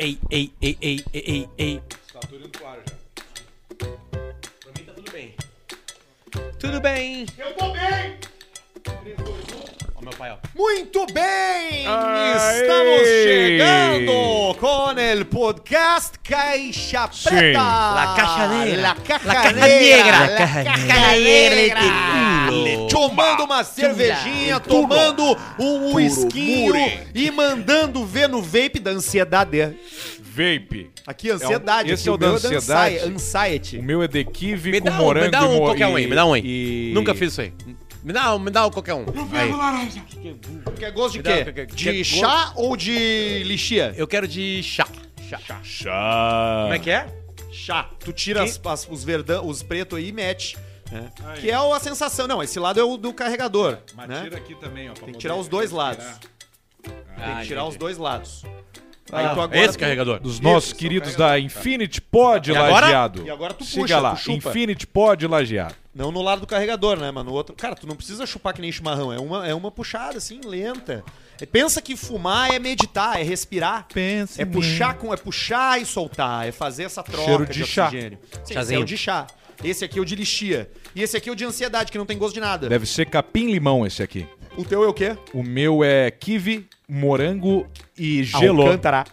Ei. Tá tudo indo pro ar já. Pra mim tá tudo bem. Tudo bem. Eu tô bem! Ó, meu pai, ó. Muito bem! Aê! Estamos chegando com o podcast Caixa Preta. La Caixa Negra. La Caja La Caja Negra. Negra. La Caja Caja Negra. Negra. Tomando uma cervejinha, tomando um whiskinho e mandando ver no vape da ansiedade. Vape. Aqui, ansiedade. Esse aqui, é o da meu ansiedade? Anxiety. O meu é de kiwi Me com dá morango qualquer um aí, me dá um aí. e... Nunca fiz isso aí. Me dá qualquer um. Aí. Quer gosto de Me dá- quê? quer De chá ou de lixia? Eu quero de chá. Chá. Como é que é? Chá. Tu tira Quem? os pretos aí e mete. Né? Aí. Que é a sensação. Não, esse lado é o do carregador. Mas né? tira aqui também, ó. Tem que tirar os dois lados. Tem que tirar os dois lados. Aí tu agora Esse tu- carregador. Dos nossos Isso, queridos da Infinity Pod E agora? Lajeado. E agora tu Siga puxa, lá, tu chupa. Infinity Pod Lajeado. Não no lado do carregador, né? Mas no outro. Cara, tu não precisa chupar que nem chimarrão. É uma puxada, assim, lenta. Pensa que fumar é meditar, é respirar. Pensa É puxar e soltar. É fazer essa troca Cheiro de chá. oxigênio. Sim, esse é Chazinho. o de chá. Esse aqui é o de lixia. E esse aqui é o de ansiedade, que não tem gosto de nada. Deve ser capim-limão esse aqui. O teu é o quê? O meu é kiwi, morango e gelo. Alcântara.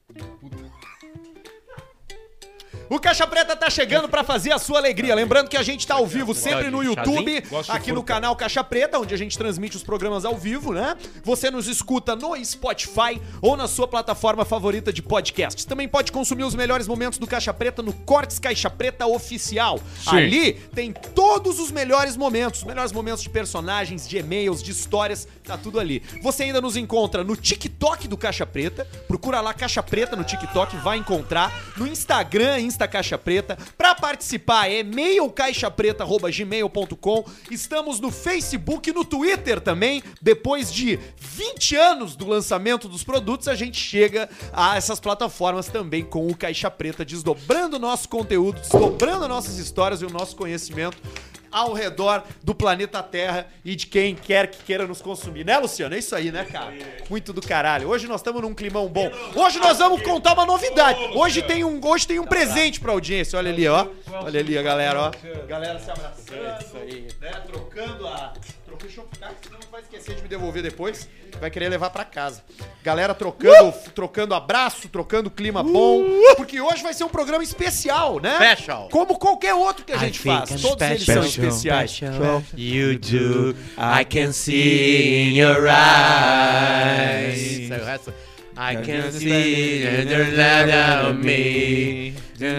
O Caixa Preta tá chegando pra fazer a sua alegria. Lembrando que a gente tá ao vivo sempre no YouTube, Gosto de aqui no fruta. canal Caixa Preta, onde a gente transmite os programas ao vivo, né? Você nos escuta no Spotify ou na sua plataforma favorita de podcasts. Também pode consumir os melhores momentos do Caixa Preta no Cortes Caixa Preta Oficial. Sim. Ali tem todos os melhores momentos de personagens, de e-mails, de histórias, tá tudo ali. Você ainda nos encontra no TikTok do Caixa Preta, procura lá Caixa Preta no TikTok, vai encontrar. No Instagram, Insta Caixa Preta. Pra participar é e-mailcaixapreta@gmail.com. Estamos no Facebook e no Twitter também. Depois de 20 anos do lançamento dos produtos, a gente chega a essas plataformas também com o Caixa Preta, desdobrando o nosso conteúdo, desdobrando nossas histórias e o nosso conhecimento ao redor do planeta Terra e de quem quer que queira nos consumir. Né, Luciano? É isso aí, né, cara? Muito do caralho. Hoje nós estamos num climão bom. Hoje nós vamos contar uma novidade. Hoje tem um presente pra audiência. Olha ali, ó. Olha ali a galera, ó. Galera se abraçando. Isso aí. Né? Trocando a... Deixa eu ficar, senão vai esquecer de me devolver depois. Vai querer levar pra casa. Galera trocando abraço, trocando clima bom. Porque hoje vai ser um programa especial, né? Special. Como qualquer outro que a gente faz. Todos eles são especiais. You do, I can see in your eyes. Sai o resto. I can see under me.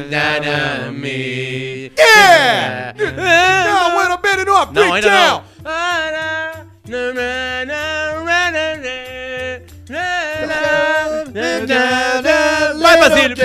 Yeah! Now when I'm betting on Não, ainda breakdown. não. Vai, Basílio.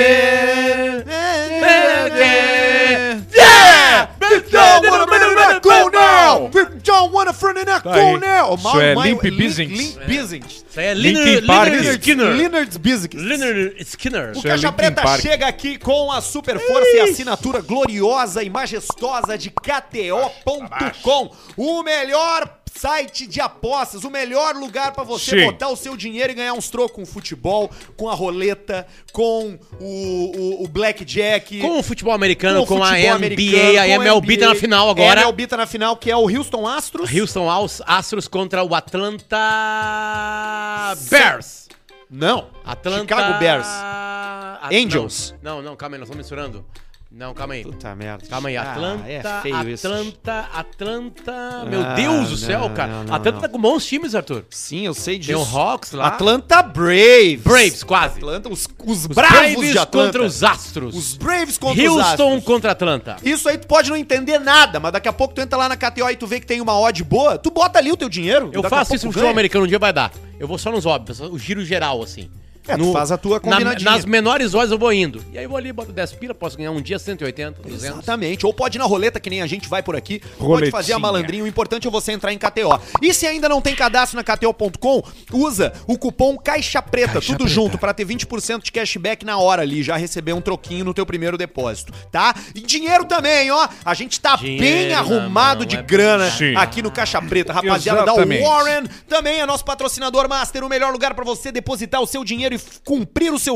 Yeah! Big John wanna friend in that go now! Big John wanna friend in that Tá go aí. now! Isso é Limp Bizkit. Limp Bizkit. Isso aí é Linkin Park. Leonard Skinner. Leonard Bizkit. Leonard Skinner. O Isso é Caixa Linkin Preta Park. chega aqui com a super força e assinatura gloriosa e majestosa de KTO.com, o melhor site de apostas, o melhor lugar pra você Sim. botar o seu dinheiro e ganhar uns trocos com o futebol, com a roleta, com o blackjack. Com o futebol americano, com a futebol NBA, americano, a com MLB tá na final agora. A MLB tá na final, que é o Houston Astros. Houston Astros contra o Atlanta Bears. Não. Atlanta... Chicago Bears. Angels. Angels. Não, calma aí, nós estamos misturando. Não, calma aí. Puta merda. Calma aí, Atlanta, é feio isso. Atlanta, meu Deus do céu, não, cara. não, Atlanta não. tá com bons times, Arthur. Sim, eu sei disso. Tem o Hawks lá. Atlanta Braves. Braves, quase. Atlanta, os Os bravos Braves de Atlanta. contra os Astros. Os Braves contra os Houston Astros. contra Atlanta. Isso aí tu pode não entender nada, mas daqui a pouco tu entra lá na KTO e tu vê que tem uma odd boa, tu bota ali o teu dinheiro. Eu daqui a faço pouco isso no tu futebol ganha. americano, um dia vai dar. Eu vou só nos óbvios, o giro geral, assim. É, tu faz a tua combinadinha. Nas menores odds eu vou indo. E aí eu vou ali, boto 10 pila, posso ganhar um dia 180, 200. Exatamente. Ou pode ir na roleta, que nem a gente vai por aqui. Pode Roletinha. fazer a malandrinha. O importante é você entrar em KTO. E se ainda não tem cadastro na KTO.com, usa o cupom Caixa Preta, tudo junto, pra ter 20% de cashback na hora ali. Já receber um troquinho no teu primeiro depósito, tá? E dinheiro também, ó. A gente tá Dinheiro bem na arrumado mão, de é grana Sim. aqui no Caixa Preta. Rapaziada Exatamente. da Warren também é nosso patrocinador master. O melhor lugar pra você depositar o seu dinheiro e cumprir os seus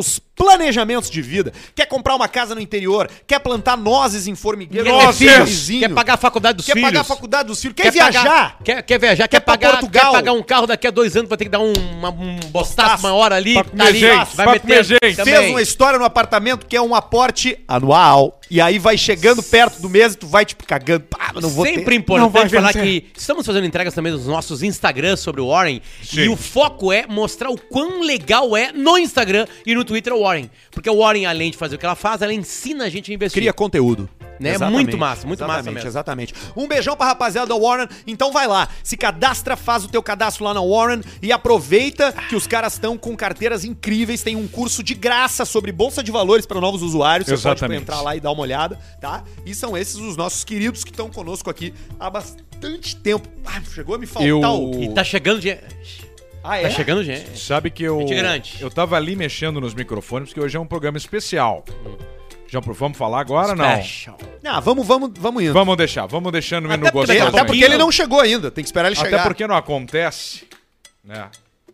planejamentos de vida. Quer comprar uma casa no interior? Quer plantar nozes em formigueiro? Quer ter filhos, vizinho? quer pagar a faculdade dos Quer filhos. pagar a faculdade dos filhos? Quer viajar? Quer viajar, quer pra pagar, Portugal? quer pagar um carro daqui a 2 anos, vai ter que dar um bostaço maior ali, Pra comer gente, vai pra meter comer gente. também. Fez uma história no apartamento que é um aporte anual. E aí vai chegando perto do mês e tu vai, tipo, cagando. Pá, não vou Sempre ter. importante falar que estamos fazendo entregas também nos nossos Instagrams sobre o Warren. Sim. E o foco é mostrar o quão legal é no Instagram e no Twitter o Warren. Porque o Warren, além de fazer o que ela faz, ela ensina a gente a investir. Cria conteúdo. Né? Muito massa, muito massa mesmo. Exatamente. Um beijão pra rapaziada da Warren. Então vai lá, se cadastra, faz o teu cadastro lá na Warren e aproveita que os caras estão com carteiras incríveis. Tem um curso de graça sobre bolsa de valores para novos usuários. Você pode Exatamente. entrar lá e dar uma olhada, tá? E são esses os nossos queridos que estão conosco aqui há bastante tempo. Ah, chegou a me faltar o... E tá chegando gente. Ah, é? Tá chegando gente. Sabe que eu... Gente grande. Eu tava ali mexendo nos microfones, porque hoje é um programa especial. Já vamos falar agora ou não? Special. Ah, vamos indo. Vamos deixando Até no porque gostoso. daqui a Até porque ele não chegou ainda, tem que esperar ele chegar. Até porque não acontece, né?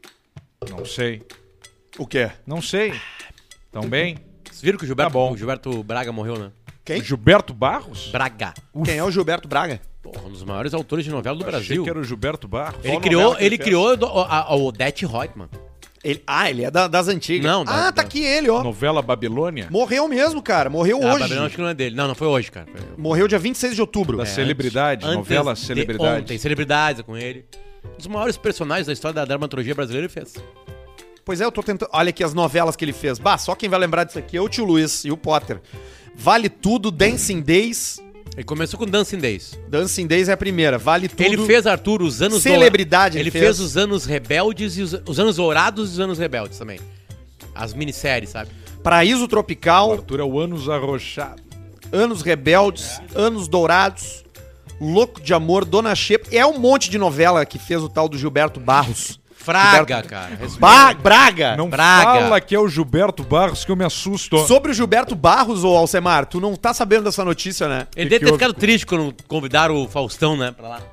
Não sei. O quê? Não sei. Também. Vocês viram que o Tá bom. Gilberto Braga morreu, né? Quem? Gilberto Barros? Braga. Quem é o Gilberto Braga? Porra, um dos maiores autores de novela do Achei Brasil. que era o Gilberto Barros. Ele Qual criou, novela que ele ele criou o Odete Reutemann. Ele é das antigas. Não, tá da- aqui ele, ó. Novela Babilônia? Morreu mesmo, cara. Morreu Ah, hoje. Babilônia acho que não é dele. Não foi hoje, cara. Foi Morreu dia 26 de outubro. Da celebridade, antes novela de Celebridade. Ontem, Celebridades com ele. Um dos maiores personagens da história da dramaturgia brasileira ele fez. Pois é, eu tô tentando... Olha aqui as novelas que ele fez. Bah, só quem vai lembrar disso aqui é o tio Luiz e o Potter. Vale Tudo, Dancing Days. Ele começou com Dancing Days. Dancing Days é a primeira. Vale Tudo. Ele fez, Arthur, os anos... Celebridade Ele fez os anos rebeldes e os anos dourados e os anos rebeldes também. As minisséries, sabe? Paraíso O Tropical, Arthur é o Anos Arrochado. Anos Rebeldes, Anos Dourados, Louco de Amor, Dona Xepa. É um monte de novela que fez o tal do Gilberto Barros. Fraga, cara. Respeita. Braga! Não Braga. fala que é o Gilberto Barros que eu me assusto. Sobre o Gilberto Barros, ô Alcemar, tu não tá sabendo dessa notícia, né? Ele Que deve ter houve? ficado triste quando convidaram o Faustão, né, pra lá.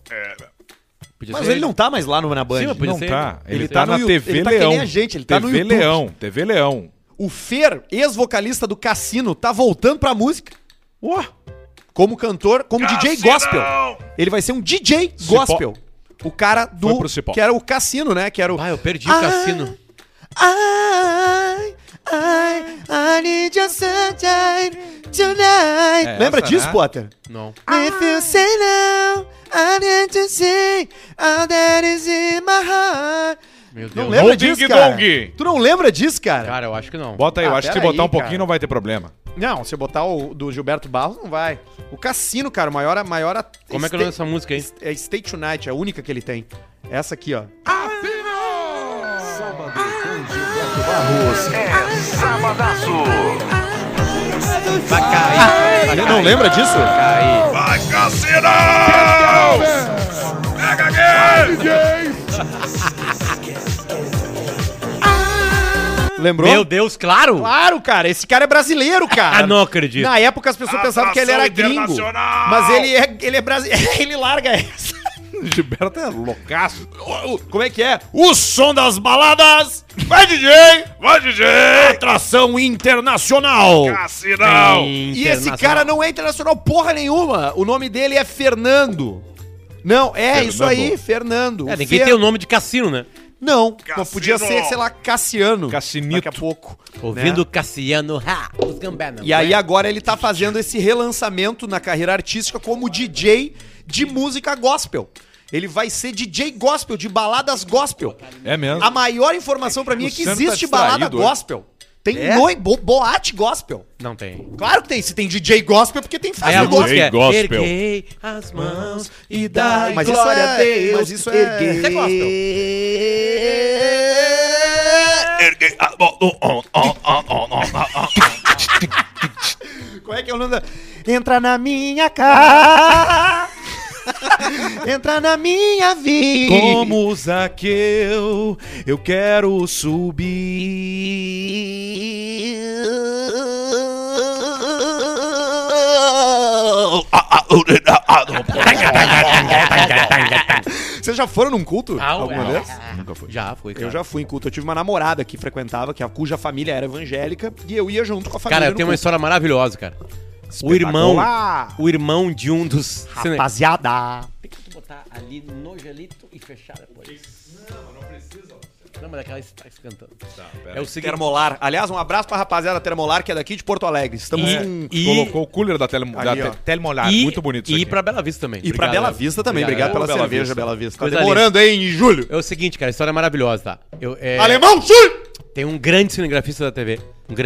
Podia Mas ser ele não tá mais lá na Band. Sim, mas podia Não ser tá. ele. Ele tá no na YouTube. TV Ele tá que Leão. nem a gente, ele tá no TV YouTube. Leão. TV Leão. O Fer, ex-vocalista do Cassino, tá voltando pra música. Ué, Como cantor, como DJ gospel. Ele vai ser um DJ gospel. O cara Foi do... pro Cipó. Que era o Cassino, né? Que era o... Ah, eu perdi o cassino. I need your sunshine tonight. É Lembra essa, disso, né? Potter? Não. If you say no, I need to say all that is in my heart. Meu Deus. Não lembra No disso, Ding cara? Dong. Tu não lembra disso, cara? Cara, eu acho que não. bota aí. Eu Ah, acho que se pera botar aí, um pouquinho cara. não vai ter problema. Não, se botar o do Gilberto Barros, não vai. O Cassino, cara, o maior... Como é que é o nome dessa música aí? É Stay Tonight, é a única que ele tem. Essa aqui, ó. Vai cair. Vai Não cair. lembra disso? Cair. Vai, Cassinão! Pega aqui! Lembrou? Meu Deus, claro! Claro, cara, esse cara é brasileiro, cara. Ah, não acredito. Na época as pessoas pensavam que ele era gringo. internacional. Mas ele é brasileiro. Ele larga essa. Gilberto é loucaço. Como é que é? O som das baladas. Vai, DJ! Vai, DJ! Atração internacional. Cassinão! E esse cara não é internacional porra nenhuma. O nome dele é Fernando. Não, é Fernando. isso aí, Fernando. É, ninguém tem o nome de cassino, né? Não, Cassino. não podia ser, sei lá, Cassiano. Cassinito. Daqui a pouco. Ouvindo né? Cassiano, os Gambana. E aí agora ele tá fazendo esse relançamento na carreira artística como DJ de música gospel. Ele vai ser DJ gospel, de baladas gospel. É mesmo? A maior informação pra mim é que O Sam tá existe balada distraído hoje. gospel. Tem É? boate gospel. Não tem. Claro que tem. Se tem DJ gospel é porque tem Aí a festa música é gospel. Erguei as mãos e dai Mas isso glória é- a Deus. mas isso é- Erguei. Isso é gospel. Qual é que é o nome da... Entra na minha casa. Entra na minha vida. Como Zaqueu, eu quero subir. Vocês Vocês já foram num culto Ah, alguma ué. vez? Nunca foi. Já foi, cara. Eu já fui em culto. Eu tive uma namorada que frequentava, cuja família era evangélica, e eu ia junto com a família. Cara, no tem uma culto. história maravilhosa, cara. O irmão de um dos... Rapaziada. Tem que tu botar ali no gelito e fechar depois. Não precisa. Não, mas aquela está cantando. É o seguinte... Termolar. Aliás, um abraço pra rapaziada Termolar, que é daqui de Porto Alegre. Estamos com... Colocou o cooler da Ali, ó. Telmolar. Muito bonito isso E aqui. pra Bela Vista também. E pra Bela Vista também. Obrigado pela Bela cerveja, Vista. Bela Vista. Tá Coisa demorando, hein, em julho. É o seguinte, cara, a história é maravilhosa, tá? Alemão, sim! Tem um grande cinegrafista da TV,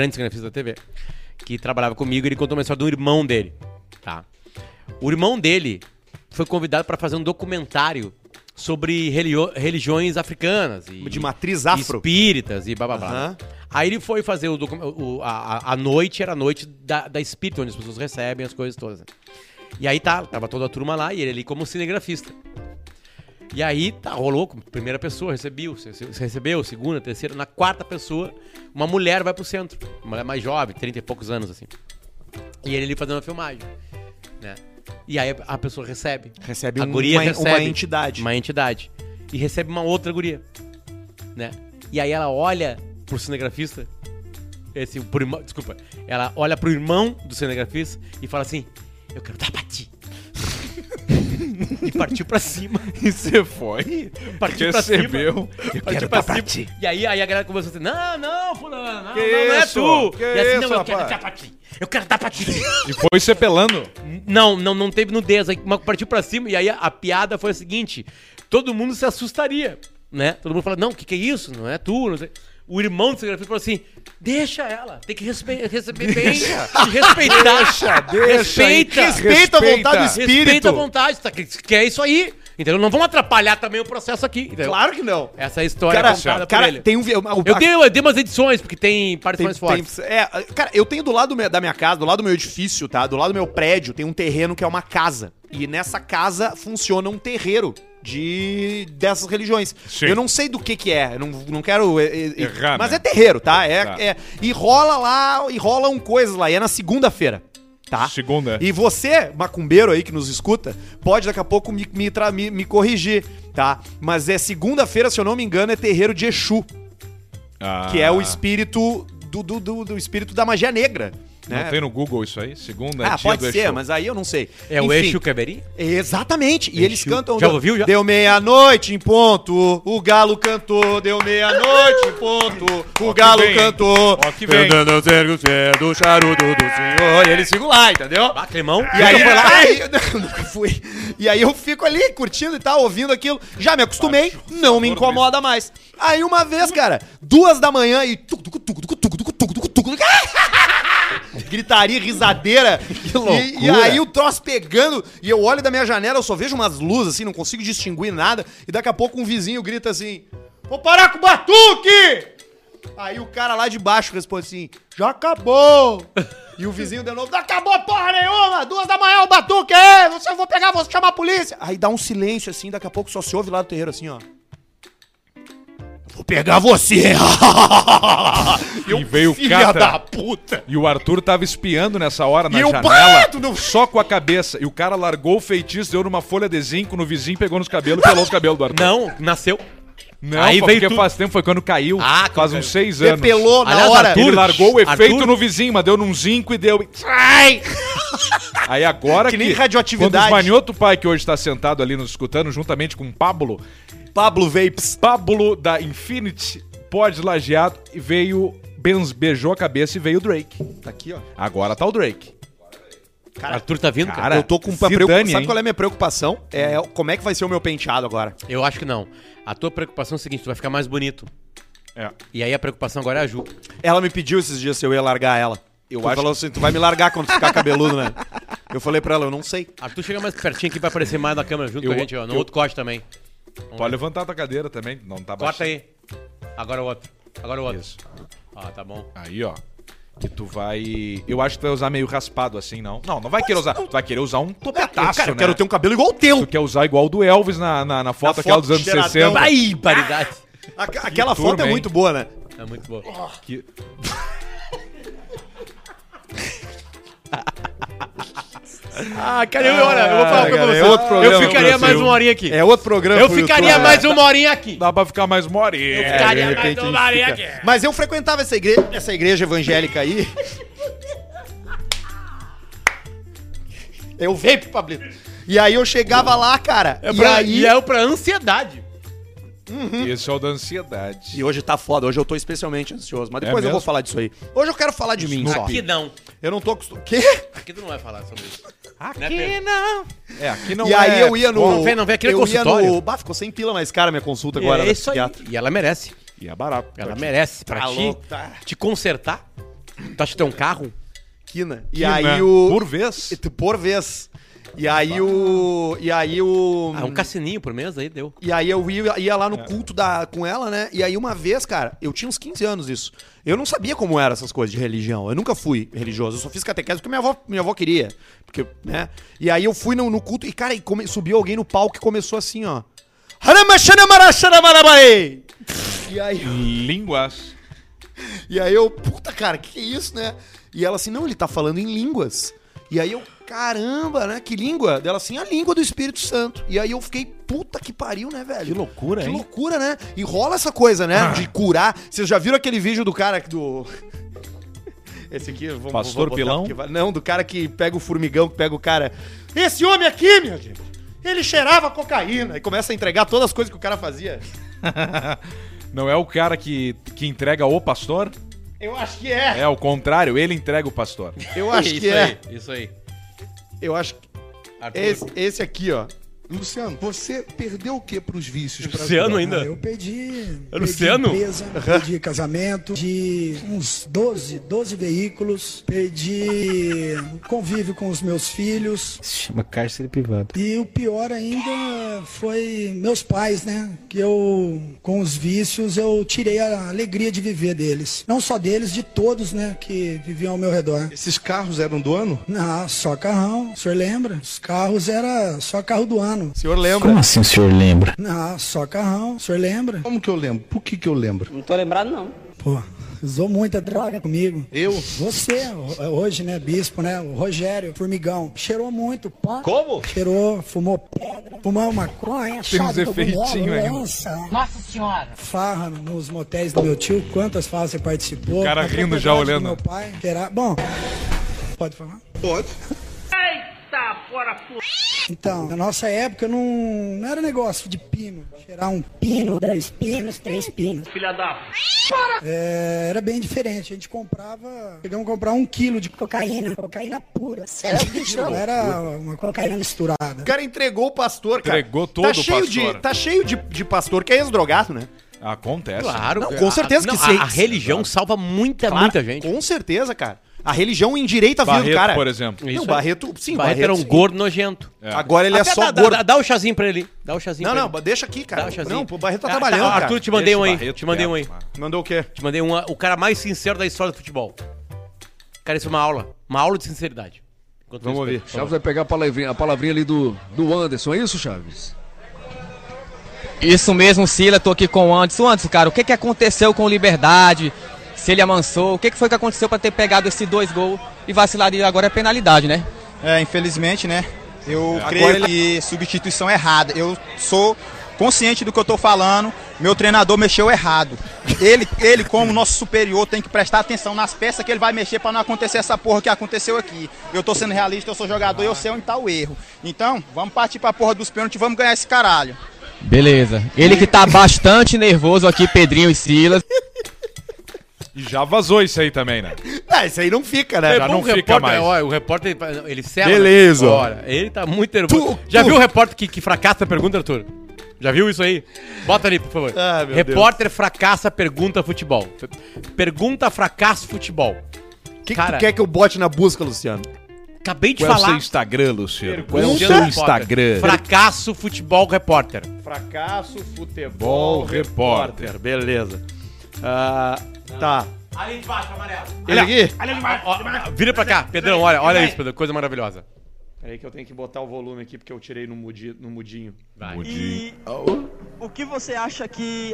que trabalhava comigo e ele contou uma história do irmão dele, tá? O irmão dele foi convidado pra fazer um documentário sobre religiões africanas e De matriz afro. espíritas e blá blá blá. Aham. Aí ele foi fazer a noite, era a noite da espírita, onde as pessoas recebem as coisas todas. E aí tava toda a turma lá e ele ali como cinegrafista. E aí rolou, primeira pessoa recebeu, segunda, terceira, na quarta pessoa, uma mulher vai pro centro, uma mulher mais jovem, 30 e poucos anos, assim. E ele ali fazendo uma filmagem, né? E aí a pessoa recebe. Recebe A guria recebe uma entidade. Uma entidade. E recebe uma outra guria, né? E aí ela olha pro cinegrafista, ela olha pro irmão do cinegrafista e fala assim, eu quero dar pra ti. E partiu pra cima. E você foi? Partiu pra cima. Recebeu. Partiu pra cima. E aí a galera começou assim, não, fulano, não Que é isso? tu. Que E assim, isso, não, eu quero rapaz? dar pra ti. Eu quero dar pra ti. E foi você pelando. Não teve nudez, aí mas partiu pra cima. E aí a piada foi a seguinte, todo mundo se assustaria, né? Todo mundo fala, não, o que é isso? Não é tu, não sei. O irmão do cinegrafista falou assim, deixa ela, tem que receber bem, respeitar. Respeita a vontade do espírito. Respeita a vontade, tá? Que é isso aí. Entendeu? Não vamos atrapalhar também o processo aqui. Entendeu? Claro que não. Essa é a história contada por ele. tem um... Eu dei umas edições, porque tem partes mais fortes. Cara, eu tenho do lado da minha casa, do lado do meu edifício, tá? Do lado do meu prédio, tem um terreno que é uma casa. E nessa casa funciona um terreiro dessas religiões. Sim. Eu não sei do que é, eu não quero Errar, mas né? é terreiro, tá? Tá. E rolam coisas lá, e é na segunda-feira. Tá? Segunda. E você, macumbeiro aí que nos escuta, pode daqui a pouco me corrigir, tá? Mas é segunda-feira, se eu não me engano, é terreiro de Exu, que é o espírito do espírito da magia negra. Não Né? tem no Google isso aí? Segunda é dia Pode do ser, Exu. mas aí eu não sei. É o Enfim, Exu Caberi? Exatamente. E eles cantam... Já ouviu, já? Deu meia-noite em ponto, o galo cantou. Deu meia-noite em ponto, o galo vem. cantou. Ó que vem. Tentando ser o céu do charuto do senhor. E eles ficam lá, entendeu? Ah, Clemão. E aí, nunca fui. E aí eu fico ali curtindo e tal, ouvindo aquilo. Já me acostumei, não me incomoda mais. Aí uma vez, cara, 2 da manhã e... gritaria, risadeira. Que loucura. E aí o troço pegando, e eu olho da minha janela, eu só vejo umas luzes assim, não consigo distinguir nada. E daqui a pouco um vizinho grita assim: vou parar com o batuque! Aí o cara lá de baixo responde assim: já acabou! E o vizinho de novo: não acabou porra nenhuma! 2 da manhã o batuque é! Eu vou pegar, vou chamar a polícia! Aí dá um silêncio assim, daqui a pouco só se ouve lá do terreiro assim, ó: vou pegar você! E veio o Filha Catra. da puta! E o Arthur tava espiando nessa hora na E eu, janela, pá, tu não- só com a cabeça. E o cara largou o feitiço, deu numa folha de zinco no vizinho, pegou nos cabelos, pelou os cabelos do Arthur. Não, nasceu. Não, Aí porque veio tudo. faz tempo, foi quando caiu. Ah, faz quando uns 6 anos. Depelou na Aliás, hora. Arthur- Ele largou o efeito Arthur- no vizinho, mas deu num zinco e deu... Ai! Aí agora Que nem radioatividade. Quando os manhoto pai, que hoje está sentado ali nos escutando, juntamente com o Pablo Vapes. Pablo da Infinity, pode lajeado, e veio... beijou a cabeça e veio o Drake. Tá aqui, ó. Agora tá o Drake. Arthur tá vindo, cara? Cara, Eu tô com se uma preocupação. dane, Sabe hein? qual é a minha preocupação? É como é que vai ser o meu penteado agora. Eu acho que não. A tua preocupação é o seguinte, tu vai ficar mais bonito. É. E aí a preocupação agora é a Ju. Ela me pediu esses dias se eu ia largar ela. Tu falou assim, tu vai me largar quando tu ficar cabeludo, né? Eu falei pra ela, eu não sei. Arthur, chega mais pertinho aqui pra aparecer mais na câmera junto Eu- com a gente, ó. No eu- outro corte também. Pode levantar a tua cadeira também, não tá Corta baixo. aí. Agora o outro. Agora o outro. Isso. Ah, tá bom. Aí, ó. Que tu vai... Eu acho que tu vai usar meio raspado assim, não. Não vai querer usar. Tu vai querer usar um topetaço, Cara, eu né? quero ter um cabelo igual o teu. Tu quer usar igual o do Elvis na foto, aquela foto dos anos cheiradão. 60. Vai, paridade. Aquela turma, foto é hein? muito boa, né? É muito bom. Que... Ah, cara, olha, eu vou falar uma coisa pra cara, você. é outro programa Eu ficaria pro mais Brasil. uma horinha aqui. É outro programa. Eu pro ficaria YouTube. mais uma horinha aqui. Dá pra ficar mais uma horinha. Ficaria de mais repente uma a horinha gente aqui. fica. Mas eu frequentava essa igreja evangélica aí. Eu veio pro Pablito. E aí eu chegava lá, cara. E é pra ansiedade. Esse é o da ansiedade. E hoje tá foda, hoje eu tô especialmente ansioso. Mas depois eu mesmo? vou falar disso aí. Hoje eu quero falar de mim só. Aqui não. Eu não tô acostumado. Quê? Aqui tu não vai falar sobre isso. Aqui não. É, aqui não E aí eu ia no. Não vem aqui no eu ia consultório. no. Bah, ficou 100 pila mais cara a minha consulta agora. É da isso aí. psiquiatra. E ela merece. E é barato. Ela merece. Pra Tá ti, louco, tá. te consertar. Tu acha que tem um carro? Quina. E Que, aí né? o. Por vez. Por vez. E aí o. Ah, um cassininho por mês aí deu. E aí eu ia lá no culto com ela, né? E aí uma vez, cara, eu tinha uns 15 anos isso. Eu não sabia como eram essas coisas de religião. Eu nunca fui religioso. Eu só fiz catequese porque minha avó queria. Porque, né? E aí eu fui no culto e, cara, subiu alguém no palco e começou assim, ó. E aí, Línguas. puta, cara, que é isso, né? E ela assim, não, ele tá falando em línguas. E aí eu, caramba, né? Que língua? Dela assim, a língua do Espírito Santo. E aí eu fiquei, puta que pariu, né, velho? Que loucura, Que hein? loucura, né? E rola essa coisa, né? De curar. Vocês já viram aquele vídeo do cara do... Esse aqui, vamos Pastor botar Pilão? porque não, do cara que pega o formigão, que pega o cara... Esse homem aqui, minha gente, ele cheirava cocaína. E começa a entregar todas as coisas que o cara fazia. Não é o cara que entrega o pastor? Eu acho que é. É o contrário, ele entrega o pastor. Eu acho Isso que é. aí, isso aí. Eu acho que... Arthur. Esse aqui, ó. Luciano, você perdeu o que pros vícios? pra Luciano ajudar? ainda? Eu perdi Luciano? empresa, perdi casamento, perdi uns 12 veículos, perdi convívio com os meus filhos. Chama cárcere privado. E o pior ainda foi meus pais, né? Que eu, com os vícios, eu tirei a alegria de viver deles. Não só deles, de todos, né? Que viviam ao meu redor. Esses carros eram do ano? Não, só carrão, o senhor lembra? Os carros era só carro do ano. O senhor lembra? Como assim o senhor lembra? Não, só carrão, o senhor lembra? Como que eu lembro? Por que eu lembro? Não tô lembrado, não. Pô, usou muita droga comigo. Eu? Você, hoje, né, bispo, né, o Rogério, formigão, cheirou muito, pá. Como? Cheirou, fumou pedra, fumou maconha, Tem uns efeitinhos aí. Nossa senhora. farra nos motéis do meu tio, quantas farras você participou. O cara Na rindo já propriedade olhando. do meu pai, que era... Bom, pode falar? Pode. Então, na nossa época não era negócio de pino, cheirar um pino, 2 pinos, 3 pinos. Filha da... Era bem diferente, a gente chegamos a comprar 1 quilo de cocaína pura. Não era uma cocaína misturada. O cara entregou o pastor, cara. Entregou todo o pastor. Tá cheio de pastor que é ex-drogado, né? Acontece. Claro. Não, com certeza que não, sim. A religião salva muita gente. Com certeza, cara. A religião endireita a vida do Barreto, cara. por exemplo. Não, Isso aí. Barreto, sim, Barreto era um sim. gordo nojento. É. Agora ele é Até só dá, gordo. dá o chazinho pra ele. Dá o chazinho Não, pra não, ele. deixa aqui, cara. Dá o chazinho. Não, o Barreto tá Ah, trabalhando, Arthur, cara. te mandei Deixa um o aí. Barreto Te mandei um aí. quieto, mano. Mandou o quê? Te mandei o cara mais sincero da história do futebol. Cara, isso é uma aula. Uma aula de sinceridade. Enquanto Vamos isso, ouvir. por Chaves favor. vai pegar a palavrinha ali do Anderson, é isso, Chaves? Isso mesmo, Sila, tô aqui com o Anderson. Anderson, cara, o que aconteceu com o Liberdade? Se ele amansou, o que foi que aconteceu pra ter pegado esses 2 gols e vacilado e agora é penalidade, né? Infelizmente, né? Eu creio que substituição errada. Eu sou consciente do que eu tô falando. Meu treinador mexeu errado. Ele como nosso superior, tem que prestar atenção nas peças que ele vai mexer pra não acontecer essa porra que aconteceu aqui. Eu tô sendo realista, eu sou jogador e eu sei onde tá o erro. Então, vamos partir pra porra dos pênaltis e vamos ganhar esse caralho. Beleza. Ele que tá bastante nervoso aqui, Pedrinho e Silas. E já vazou isso aí também, né? Isso aí não fica, né? Já bom não o fica repórter, mais. Olha, o repórter, ele serra. Beleza. Olha, ele tá muito nervoso. Já viu o repórter que fracassa a pergunta, Arthur? Já viu isso aí? Bota ali, por favor. Ah, meu repórter fracassa pergunta futebol. Pergunta fracasso futebol. O que Cara, tu quer que eu bote na busca, Luciano? acabei de Qual é o falar. seu Instagram, Luciano? Qual é o Pergunta seu repórter. Instagram? Fracasso futebol repórter. Fracasso, futebol, repórter. Beleza. Tá. Ali de baixo, amarelo. Ele aqui? Vira pra cá, Pedrão, olha isso, Pedro, coisa maravilhosa. Peraí que eu tenho que botar o volume aqui porque eu tirei no mudinho. Vai. E o que você acha que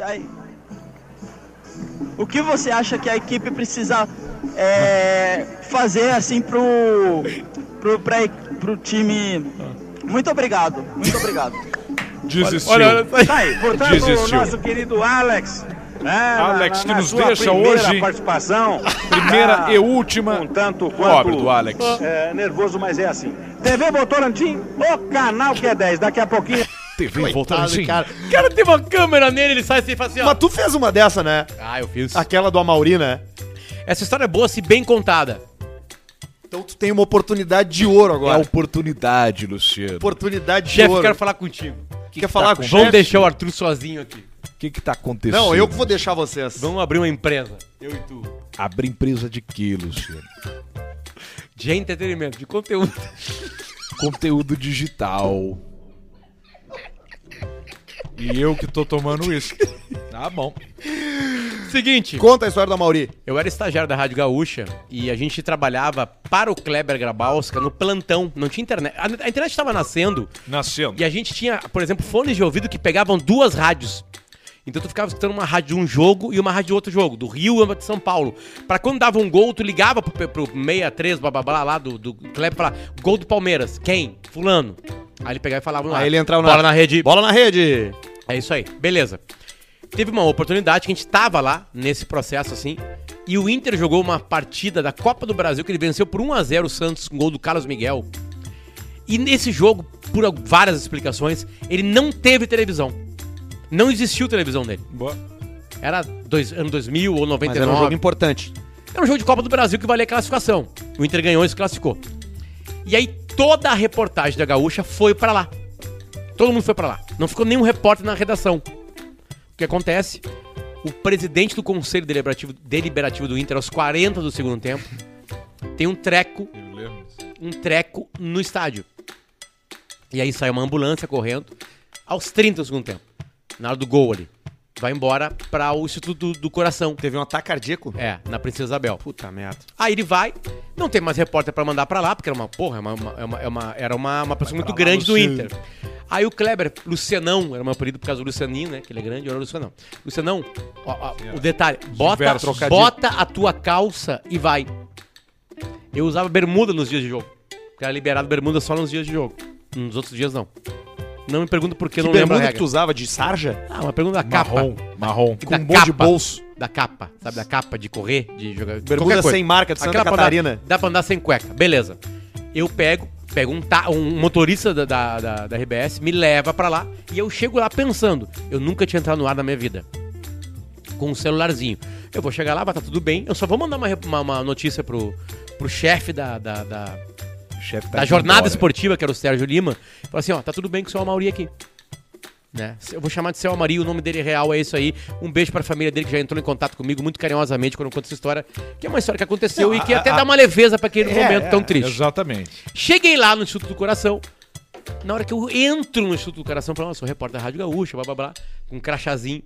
o que você acha que a equipe precisa fazer assim pro pro time. Muito obrigado, muito obrigado. Desistiu. Olha, Tá aí, portanto, Desistiu. o nosso querido Alex. Alex, que nos sua deixa primeira hoje. Participação. Primeira e última. Um tanto Pobre quanto do Alex. nervoso, mas é assim. TV Votorantim, o canal que é 10. Daqui a pouquinho. TV Votorantim. cara. o cara tem uma câmera nele, ele sai assim e fala assim, ó. Mas tu fez uma dessa, né? Ah, eu fiz. Aquela do Amauri, né? Essa história é boa se bem contada. Então tu tem uma oportunidade de ouro É agora. oportunidade, Luciano. Oportunidade de Chefe, ouro. quero falar contigo. Quer falar com o Vamos chefe? deixar o Arthur sozinho aqui. O que tá acontecendo? Não, eu que vou deixar vocês. Vamos abrir uma empresa. Eu e tu. Abrir empresa de quê, Luciano? De entretenimento, de conteúdo. Conteúdo digital. E eu que tô tomando isso. Tá bom. Seguinte, Conta a história do Amauri. eu era estagiário da Rádio Gaúcha e a gente trabalhava para o Kleber Grabowska no plantão. Não tinha internet. A internet estava nascendo Nascendo. e a gente tinha, por exemplo, fones de ouvido que pegavam duas rádios. Então tu ficava escutando uma rádio de um jogo e uma rádio de outro jogo, do Rio e uma de São Paulo. Pra quando dava um gol, tu ligava pro 63, blá blá blá, lá do Kleber e falava, gol do Palmeiras. Quem? Fulano. Aí ele pegava e falava no ar. Aí ele entrava Bola na rede. Bola na rede. É isso aí, beleza. Teve uma oportunidade que a gente tava lá, nesse processo assim, e o Inter jogou uma partida da Copa do Brasil que ele venceu por 1-0 o Santos com gol do Carlos Miguel. E nesse jogo, por várias explicações, ele não teve televisão. Não existiu televisão dele. Boa. Era ano 2000 ou 99. Mas era um jogo importante. Era um jogo de Copa do Brasil que valia a classificação. O Inter ganhou e se classificou. E aí toda a reportagem da Gaúcha foi pra lá. Todo mundo foi pra lá. Não ficou nenhum repórter na redação. O que acontece? O presidente do Conselho Deliberativo do Inter, aos 40 do segundo tempo, tem um treco no estádio. E aí sai uma ambulância correndo aos 30 do segundo tempo. Na hora do gol ali. Vai embora pra o Instituto do Coração. Teve um ataque cardíaco? É, na Princesa Isabel. Puta merda. Aí ele vai, não tem mais repórter pra mandar pra lá, porque era era uma pessoa muito grande do Inter. Aí o Kleber, Lucianão, era meu apelido por causa do Lucianinho, né? Que ele é grande, era o Lucianão. Lucianão, o detalhe, bota a tua calça e vai. Eu usava bermuda nos dias de jogo. Porque era liberado bermuda só nos dias de jogo. Nos outros dias não. Não me pergunta por que não lembro a bermuda regra. que tu usava de sarja? Ah, uma pergunta da capa. Marrom. Com um monte de bolso. Da capa, sabe? Da capa de correr, de jogar. Bermuda sem marca de Santa Aquela pra Catarina. dá pra andar sem cueca. Beleza. Eu pego um motorista da RBS, me leva pra lá e eu chego lá pensando, eu nunca tinha entrado no ar na minha vida. Com um celularzinho. Eu vou chegar lá, vai estar tudo bem. Eu só vou mandar uma notícia pro chefe da jornada esportiva, que era o Sérgio Lima. Falei assim, ó, tá tudo bem com o seu Amauri aqui. Né? Eu vou chamar de seu Amauri, o nome dele real é isso aí. Um beijo pra família dele que já entrou em contato comigo muito carinhosamente quando eu conto essa história. Que é uma história que aconteceu e que até dá uma leveza pra aquele momento tão triste. Exatamente. Cheguei lá no Instituto do Coração. Na hora que eu entro no Instituto do Coração, falei, sou repórter da Rádio Gaúcha, blá blá blá, com um crachazinho.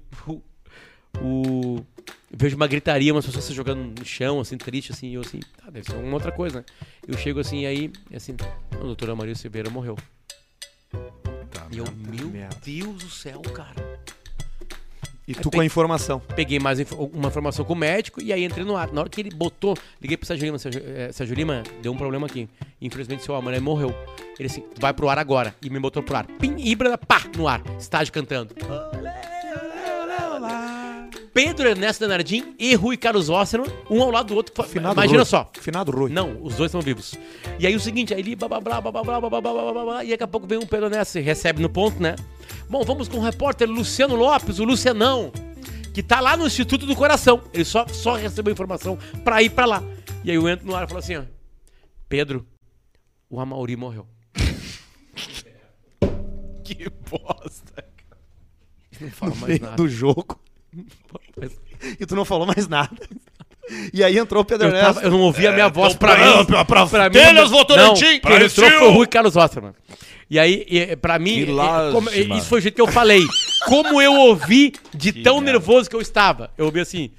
Vejo uma gritaria, umas pessoas se jogando no chão, assim, triste, assim, e eu assim, tá, deve ser alguma outra coisa, né? Eu chego assim, aí, assim, o doutor Amauri Silveira morreu. E eu, meu Deus do céu, cara. E tu com a informação. Peguei mais uma informação com o médico e aí entrei no ar. Na hora que ele botou, liguei pro Sérgio Lima, Sérgio Lima, deu um problema aqui. Infelizmente seu Amauri morreu. Ele assim, tu vai pro ar agora. E me botou pro ar. Pim, híbrida, pá, no ar. Estágio cantando. Pedro Ernesto Danardim e Rui Carlos Ossman, um ao lado do outro. Imagina só. Finado Rui. Não, os dois são vivos. E aí o seguinte, aí ele blá blá blá blá blá blá blá blá blá blá, e daqui a pouco vem um Pedro Ernesto, recebe no ponto, né? Bom, vamos com o repórter Luciano Lopes, o Lucianão, que tá lá no Instituto do Coração. Ele só recebeu informação pra ir pra lá. E aí eu entro no ar e falo assim, ó, Pedro, o Amauri morreu. Que bosta. Não falo mais nada. Do jogo. E tu não falou mais nada. E aí entrou o Pedro Ernesto. Eu não ouvi a minha voz pra mim. Pra mim, quem entrou foi o Rui Carlos Osterman. E aí, pra mim, isso foi o jeito que eu falei. Como eu ouvi de tão nervoso que eu estava. Eu ouvi assim...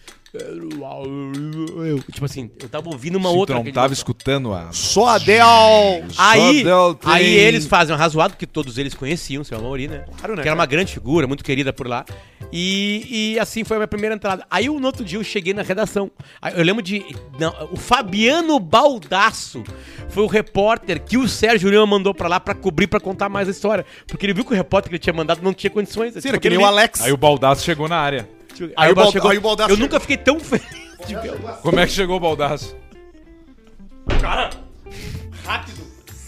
Tipo assim, eu tava ouvindo uma outra... Tu não tava escutando a... Só Adel! Aí eles fazem um razoado, que todos eles conheciam, o seu Amauri, né? Claro, né? Que era uma grande figura, muito querida por lá. E assim foi a minha primeira entrada. Aí no outro dia eu cheguei na redação. Aí, eu lembro de... Não, o Fabiano Baldasso foi o repórter que o Sérgio Lima mandou pra lá pra cobrir, pra contar mais a história. Porque ele viu que o repórter que ele tinha mandado não tinha condições. Sim, que nem o Alex. Aí o Baldasso chegou na área. Aí o Baldasso chegou. aí o Baldasso Eu chegou. nunca fiquei tão feliz de ver. Como é que chegou o Baldasso? Cara, rápido.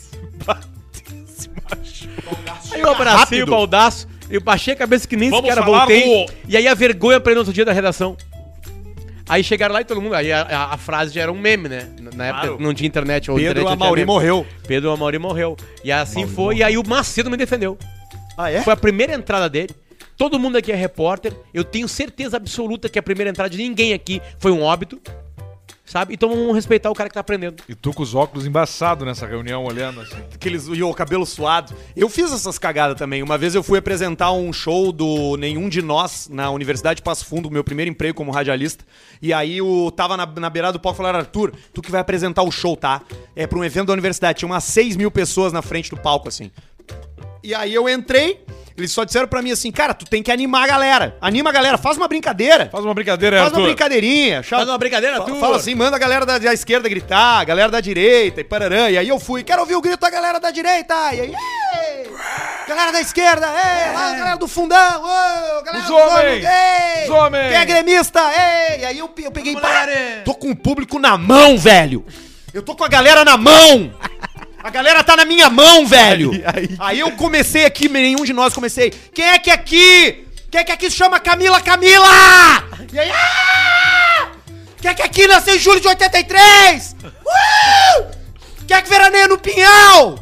Aí eu abracei Rápido. o Baldasso, eu baixei a cabeça que nem Vamos sequer falar voltei. do- E aí a vergonha pra ele no outro dia da redação. Aí chegaram lá e todo mundo... Aí a frase já era um meme, né? Na época Claro. não tinha internet. Ou Pedro internet não tinha Amauri meme. morreu. Pedro Amauri morreu. E assim foi. E aí o Macedo me defendeu. Ah, é? Foi a primeira entrada dele. Todo mundo aqui é repórter. Eu tenho certeza absoluta que a primeira entrada de ninguém aqui foi um óbito. Sabe? Então vamos respeitar o cara que tá aprendendo. E tu com os óculos embaçados nessa reunião, olhando assim. E o cabelo suado. Eu fiz essas cagadas também. Uma vez eu fui apresentar um show do Nenhum de Nós na Universidade de Passo Fundo, meu primeiro emprego como radialista. E aí eu tava na beirada do palco e falaram: Arthur, tu que vai apresentar o show, tá? É pra um evento da universidade. Tinha umas 6 mil pessoas na frente do palco, assim. E aí eu entrei, eles só disseram pra mim assim: cara, tu tem que animar a galera. Anima a galera, faz uma brincadeira. Faz uma brincadeira, Faz Arthur. uma brincadeirinha. Faz uma brincadeira, Fala, Arthur. fala assim, manda a galera da esquerda gritar, a galera da direita e pararã. E aí eu fui, quero ouvir o grito da galera da direita. E aí, ei! Galera da esquerda, ei! Lá, galera do fundão, ô! Galera Os do homens! ei! Os homens! Quem é gremista, ei! E aí eu peguei, Mulheres! tô com o público na mão, velho! Eu tô com a galera na mão! A galera tá na minha mão, velho! Aí eu comecei aqui, nenhum de nós comecei. Quem é que aqui se chama Camila? E aí, quem é que aqui nasceu em julho de 83? Quem é que veraneia no Pinhal?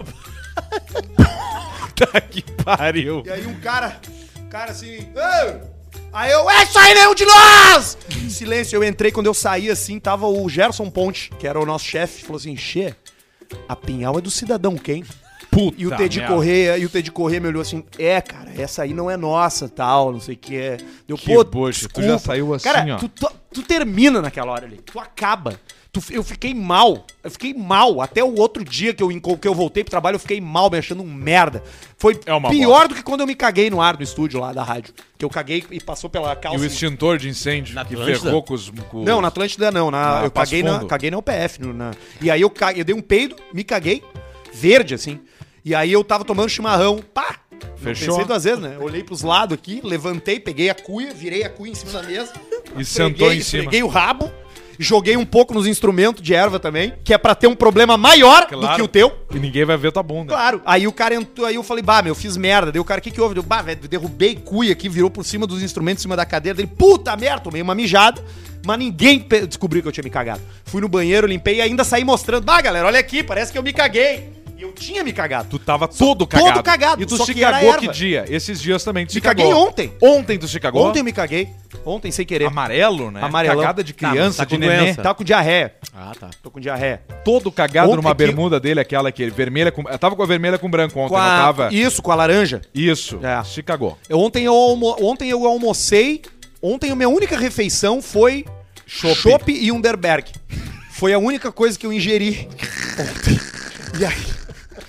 Tá que pariu. E aí um cara assim... Aí eu, é isso aí, nenhum de nós! Silêncio, eu entrei, quando eu saí assim, tava o Gerson Ponte, que era o nosso chefe, falou assim: Xê, a Pinhal é do cidadão quem? Puta E o Teddy Corrêa me olhou assim: é, cara, essa aí não é nossa, tal, não sei o que é. Deu, Que bucha, tu já saiu assim, cara, ó. Tu termina naquela hora ali, tu acaba. Eu fiquei mal, até o outro dia que eu voltei pro trabalho, eu fiquei mal, me achando um merda. Foi uma pior do que quando eu me caguei no ar no estúdio lá da rádio. Que eu caguei e passou pela E calça. o extintor de incêndio Na que Atlântida? ferrou com os... Não, na Atlântida não. Eu Passo Fundo. caguei na UPF. E aí eu dei um peido, me caguei, verde assim. E aí eu tava tomando chimarrão, pá! Fechou? Pensei 2 vezes, né? Olhei pros lados aqui, levantei, peguei a cuia, virei a cuia em cima da mesa. E sentou em cima. Esfreguei o rabo, joguei um pouco nos instrumentos de erva também, que é pra ter um problema maior do que o teu. E ninguém vai ver tua bunda. Claro. Aí o cara entrou, aí eu falei: bah, meu, fiz merda. Daí o cara, o que houve? Eu, bah, velho, derrubei cuia aqui, virou por cima dos instrumentos, em cima da cadeira. Dele, puta merda, tomei uma mijada, mas ninguém descobriu que eu tinha me cagado. Fui no banheiro, limpei e ainda saí mostrando: bah, galera, olha aqui, parece que eu me caguei. E eu tinha me cagado. Tu tava todo cagado. Todo cagado, E tu só se que era cagou erva. que dia? Esses dias também tu se Me cagou. caguei ontem. Ontem tu se cagou? Ontem eu me caguei. Ontem, sem querer. Amarelo, né? Amarelão. Cagada de Tá, criança, mas tá de com neném. doença. Tava com diarreia. Ah, tá. Tô com diarreia. Todo cagado Ontem numa que- bermuda dele, aquela que ele vermelha com... Eu tava com a vermelha com branco ontem, Com não tava? Isso, com a laranja. Isso. É. Se cagou. Ontem eu almocei. Ontem a minha única refeição foi chopp e Underberg. Foi a única coisa que eu ingeri ontem. E aí,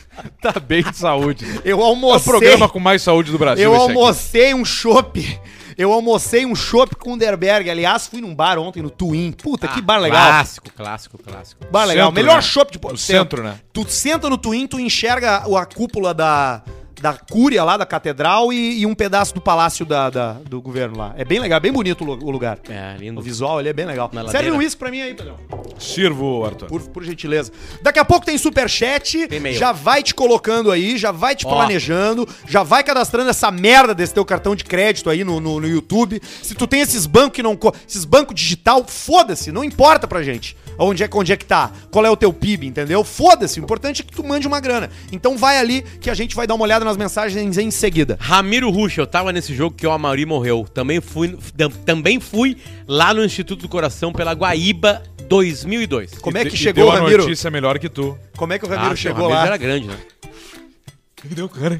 Tá bem de saúde. eu É o almocei. programa com mais saúde do Brasil, Eu esse aqui. almocei um chopp. Eu almocei um chopp com Underberg. Aliás, fui num bar ontem no Twin. Puta, que bar legal. Clássico. Bar legal. Centro, Melhor né? chopp de No centro, né? Tu senta no Twin, tu enxerga a cúpula da Cúria lá, da Catedral e um pedaço do Palácio do Governo lá. É bem legal, bem bonito o lugar. É, lindo. O visual ali é bem legal. Na Serve ladeira. um uísque pra mim aí, Pedrão. Sirvo, Arthur. Por gentileza. Daqui a pouco tem superchat. Tem e-mail. Já vai te colocando aí, já vai te Ó. planejando, já vai cadastrando essa merda desse teu cartão de crédito aí no YouTube. Se tu tem esses bancos que não... Esses bancos digital, foda-se, não importa pra gente. Onde é que tá? Qual é o teu PIB, entendeu? Foda-se, o importante é que tu mande uma grana. Então vai ali que a gente vai dar uma olhada nas mensagens em seguida. Ramiro Ruxa, eu tava nesse jogo que o Amauri morreu. Também fui lá no Instituto do Coração pela Guaíba 2002. Como é que E chegou deu o a Ramiro? notícia melhor que tu. Como é que o Ramiro chegou o Ramiro lá? era grande, né? Deu, cara.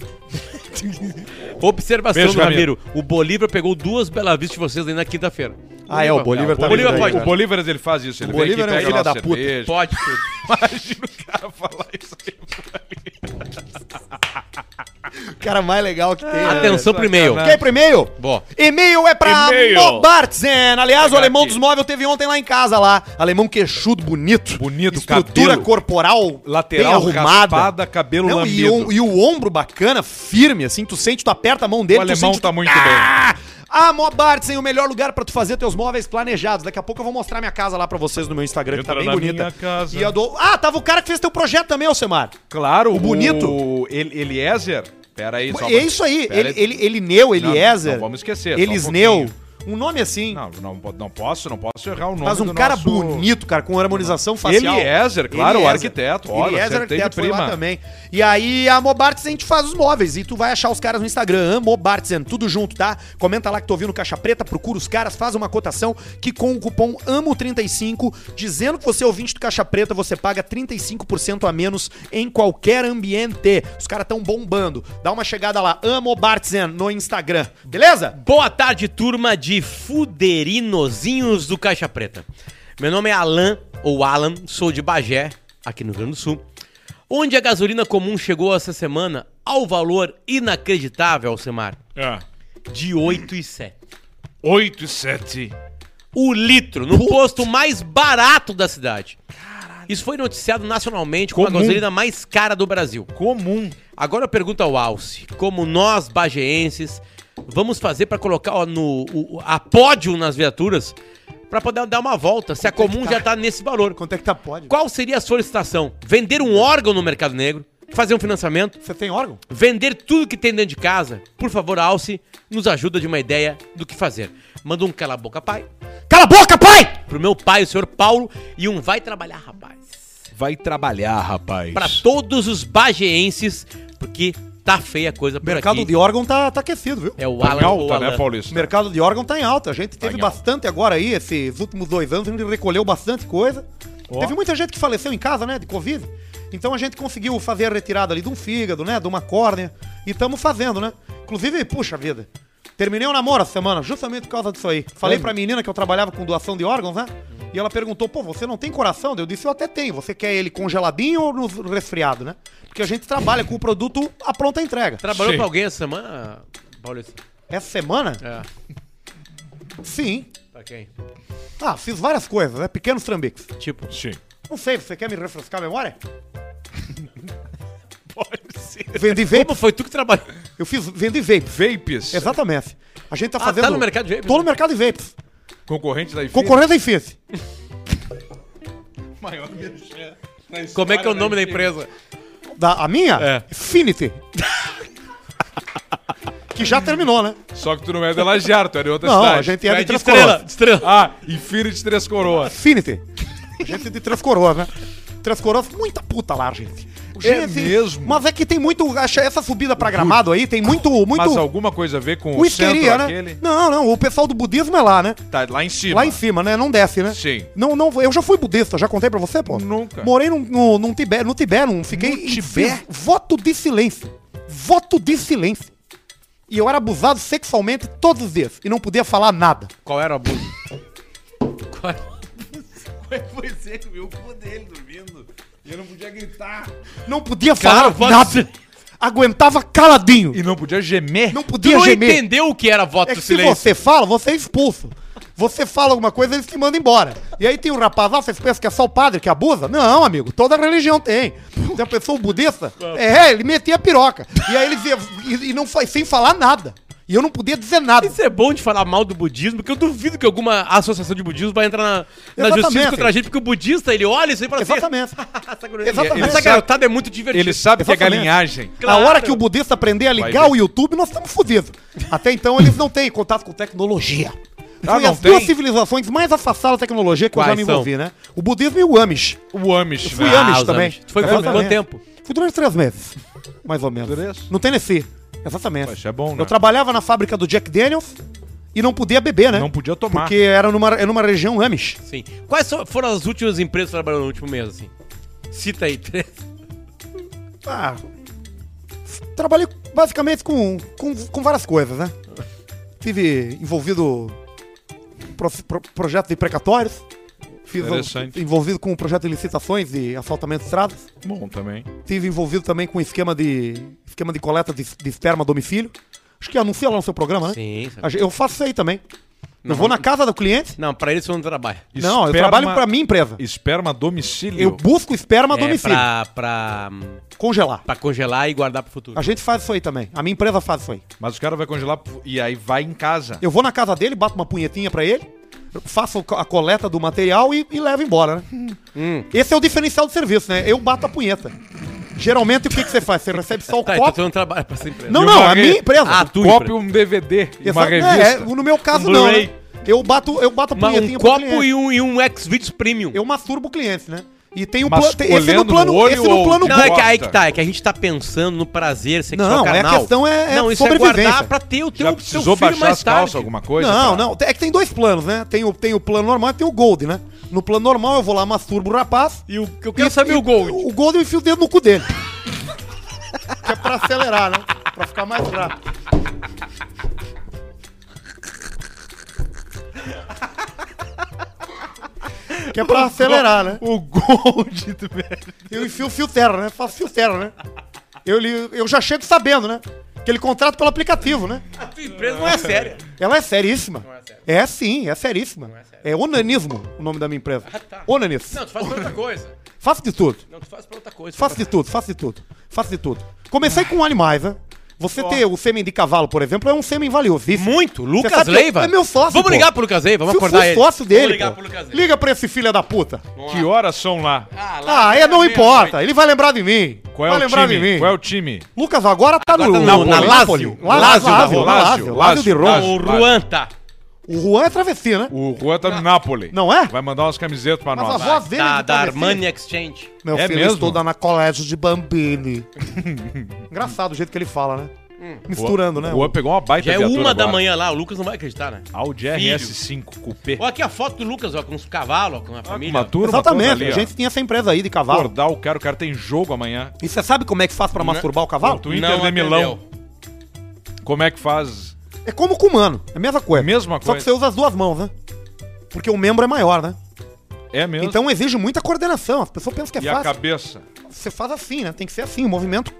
Observação Beijo, do Ramiro. O Bolívar pegou 2 Bela Vista de vocês aí na quinta-feira. Ah, é, o Bolívar tá O Bolívar vindo aí, pode. O Bolívar, ele faz isso. Ele O Bolívar vem é um aqui, filho pega da da puta. cerveja. Pode tudo. Imagina o cara falar isso aí. Cara mais legal que tem. Atenção pro e-mail. Quer ir pro e-mail? Boa. E-mail é pra E-mail. Mobartzen. Aliás, o Pegar alemão aqui. dos móveis eu teve ontem lá em casa lá. Alemão queixudo, bonito. Bonito, Estrutura cabelo. corporal Lateral, bem arrumada. raspada, cabelo Não, lambido. e o ombro bacana, firme, assim, tu sente, tu aperta a mão dele, O tu alemão sente, tá muito bem. A Mobartzen, o melhor lugar pra tu fazer teus móveis planejados. Daqui a pouco eu vou mostrar minha casa lá pra vocês no meu Instagram, que tá Entra bem na bonita. minha casa. E eu dou... Ah, tava o cara que fez teu projeto também, Alcemar. Claro, O bonito. O Eliezer. Pera aí, só É isso aí, Pera aí. Elineu, Eliezer. Não vamos esquecer. só um Elisneu. pouquinho. Um nome assim. Não posso errar o nome Mas um do cara nosso- bonito, cara, com harmonização facial. Eliezer, claro, o arquiteto. Olha, Eliezer, acertei de arquiteto, foi lá prima. também. E aí a Mobartzen a gente faz os móveis. E tu vai achar os caras no Instagram, Mobartzen, tudo junto, tá? Comenta lá que tô ouvindo Caixa Preta, procura os caras, faz uma cotação que com o cupom AMO35, dizendo que você é ouvinte do Caixa Preta, você paga 35% a menos em qualquer ambiente. Os caras tão bombando. Dá uma chegada lá, Mobartzen no Instagram. Beleza? Boa tarde, turma de fuderinozinhos do Caixa Preta. Meu nome é Alan, ou Alan, sou de Bagé, aqui no Rio Grande do Sul, onde a gasolina comum chegou essa semana ao valor inacreditável, Alcemar, de 8,7. 8,7. O litro, no posto mais barato da cidade. Isso foi noticiado nacionalmente como a Comum. gasolina mais cara do Brasil. Comum. Agora eu pergunto ao Alce, como nós, bageenses, vamos fazer pra colocar a pódio nas viaturas pra poder dar uma volta, se a comum já tá nesse valor. Quanto é que tá pode? Qual seria a solicitação? Vender um órgão no mercado negro? Fazer um financiamento? Você tem órgão? Vender tudo que tem dentro de casa? Por favor, Alce, nos ajuda de uma ideia do que fazer. Manda um cala a boca, pai, Cala a boca, pai! pro meu pai, o senhor Paulo, e um vai trabalhar, rapaz. Vai trabalhar, rapaz. Pra todos os bageenses, porque tá feia a coisa O por mercado aqui. de órgão tá aquecido, viu? É o Tá Alan, em o alta, Alan. né, Paulista? O mercado de órgão tá em alta. A gente teve em bastante agora aí, esses últimos 2 anos, a gente recolheu bastante coisa. Teve muita gente que faleceu em casa, né, de Covid. Então a gente conseguiu fazer a retirada ali de um fígado, né, de uma córnea. E estamos fazendo, né? Inclusive, puxa vida, terminei o namoro essa semana, justamente por causa disso aí. Falei pra menina que eu trabalhava com doação de órgãos, né? E ela perguntou, pô, você não tem coração? Eu disse, eu até tenho. Você quer ele congeladinho ou no resfriado, né? Porque a gente trabalha com o produto à pronta entrega. Trabalhou Sim. pra alguém essa semana, Paulista? Essa semana? É. Sim. Pra quem? Ah, fiz várias coisas, né? Pequenos trambiques. Tipo, Sim. Não sei, você quer me refrescar a memória? Pode ser. Vendi vape. como foi tu que trabalhou? Vendi vape. Vapes. Exatamente. A gente tá Ah, fazendo... tá no mercado de vapes? Tô no mercado de vapes. Concorrente da IFIS. Concorrente da IFIS. Maior Como é que é o nome da empresa? A minha? É. Infinity. Que já terminou, né? Só que tu não é de Lajeado, tu é de outra Não, cidade. a gente Tu é é de de Três Estrela. Coroas. Estrela. Ah, Infinity Três Coroas. Infinity. A gente é de Três Coroas, né? Três Coroas, muita puta lá, gente. mesmo? Mas é que tem muito... Essa subida pra Gramado aí tem muito... Mas alguma coisa a ver com o Whiskeria, centro né? aquele? Não. O pessoal do budismo é lá, né? Tá lá em cima. Lá em cima, né? Não desce, né? Sim. Não, eu já fui budista, já contei pra você, pô? Nunca. Morei no Tibete, não fiquei... No Tibete? Voto de silêncio. Voto de silêncio. E eu era abusado sexualmente todos os dias. E não podia falar nada. Qual era o abuso? Qual era? Foi você que viu o cu dele dormindo. E eu não podia gritar. Não podia Cara, falar voto nada. de silêncio. Aguentava caladinho. E não podia gemer. Não Tu podia não gemer. entendeu o que era voto É de que se silêncio. você fala, você é expulso. Você fala alguma coisa, eles te mandam embora. E aí tem um rapaz, vocês pensam que é só o padre que abusa? Não, amigo, toda religião tem. Se a pessoa budista, ele metia a piroca. E aí eles e não faz sem falar nada. E eu não podia dizer nada. Isso é bom de falar mal do budismo, porque eu duvido que alguma associação de budismo vai entrar na Exatamente. justiça contra a gente, porque o budista, ele olha isso aí e fala Exatamente. assim... Exatamente. Essa garotada é muito divertida. Ele sabe que é Exatamente. galinhagem. Claro. A hora que o budista aprender a ligar ver. o YouTube, nós estamos fodidos. Até então eles não têm contato com tecnologia. Ah, Foi não as duas tem? civilizações mais afastadas da tecnologia que eu já Quais me são? envolvi, né? O budismo e o Amish. O Amish, Fui né? Amish os também. Amish. Tu foi Exatamente. quanto tempo? Fui durante 3 meses, mais ou menos. 3? No Tennessee. Exatamente. Isso é bom, né? Eu trabalhava na fábrica do Jack Daniels e não podia beber, né? Não podia tomar. Porque era numa região Amish. Sim. Quais foram as últimas empresas que trabalhou no último mês, assim? Cita aí. Ah, trabalhei basicamente com várias coisas, né? Tive envolvido em projetos de precatórios. Interessante. Envolvido com o projeto de licitações e asfaltamento de estradas. Bom também. Tive envolvido também com esquema de coleta de esperma a domicílio. Acho que anuncia lá no seu programa, né? Sim. Eu faço isso aí também. Eu vou na casa do cliente. Não, pra eles você não trabalha. Não, eu trabalho pra minha empresa. Esperma a domicílio. Eu busco esperma a domicílio. Pra congelar. Pra congelar e guardar pro futuro. A gente faz isso aí também. A minha empresa faz isso aí. Mas o cara vai congelar e aí vai em casa. Eu vou na casa dele, bato uma punhetinha pra ele, faço a coleta do material e levo embora, né? Esse é o diferencial do serviço, né? Eu bato a punheta. Geralmente, o que você faz? Você recebe só o Tá, copo. então tu não trabalha pra essa empresa. Não, a minha empresa. Um copo e um DVD. Uma revista. No meu caso, não. Né? Eu bato a punhetinha pro cliente. Um copo e um Xvideos Premium. Eu masturbo o cliente, né? E tem esse no plano Não, é que aí que tá. É que a gente tá pensando no prazer sexual carnal. A questão é não, isso sobrevivência. É guardar pra ter o teu Já precisou filho baixar mais as calças, tarde. alguma coisa? Não. É que tem dois planos, né? Tem o plano normal e tem o Gold, né? No plano normal, eu vou lá, masturbo o rapaz. E eu quero saber o Gold. O Gold eu enfio o dedo no cu dele. Que é pra acelerar, né? Pra ficar mais rápido. Que é pra acelerar, né? O Gold do velho. Eu enfio o fio terra, né? Faço fio terra, né? Eu já chego sabendo, né? Que ele contrata pelo aplicativo, né? A tua empresa não é séria. Ela é seríssima. Não é séria. É sim, é seríssima. Não é sério. É Onanismo o nome da minha empresa. Tá. Onanismo. Não, tu faz pra outra coisa. Faço de tudo. Não, tu faz pra outra coisa. Faço de tudo. Comecei com animais, né? Você ter o sêmen de cavalo, por exemplo, é um sêmen valiosíssimo. Muito. Você Lucas sabe que Leiva. É meu sócio, Vamos pô. ligar pro Lucas Leiva, vamos acordar ele. sócio dele, Vamos ligar pô. pro Lucas Leiva. Liga pra esse filho da puta. Que horas são lá? Não importa. Ele vai lembrar de mim. Qual é vai o lembrar time? de mim. Qual é o time? Lucas agora tá Agora no... tá no- na Napoli. Lázio de Roma. O Ruan tá. O Juan é travesti, né? O Juan tá no Napoli. Não é? Vai mandar umas camisetas pra Mas nós. a voz dele é Da de travesti. Armani Exchange. Meu É filho mesmo? estuda na colégio de Bambini. Engraçado o jeito que ele fala, né? Misturando, né? O Juan pegou uma baita Já é viatura 1 da agora. manhã lá, o Lucas não vai acreditar, né? Audi RS5 Coupé. Olha aqui a foto do Lucas, ó, com os cavalos, ó, com a família. Uma turma Exatamente. toda ali, A gente tinha essa empresa aí de cavalo. Acordar o cara tem jogo amanhã. E você sabe como é que faz pra masturbar o cavalo? Contra o Inter de Milão. Como é que faz? É como com o humano. É a mesma coisa. Mesma Só que coisa. você usa as duas mãos, né? Porque o membro é maior, né? É mesmo. Então exige muita coordenação. As pessoas pensam que é E a fácil. cabeça? Você faz assim, né? Tem que ser assim. Movimento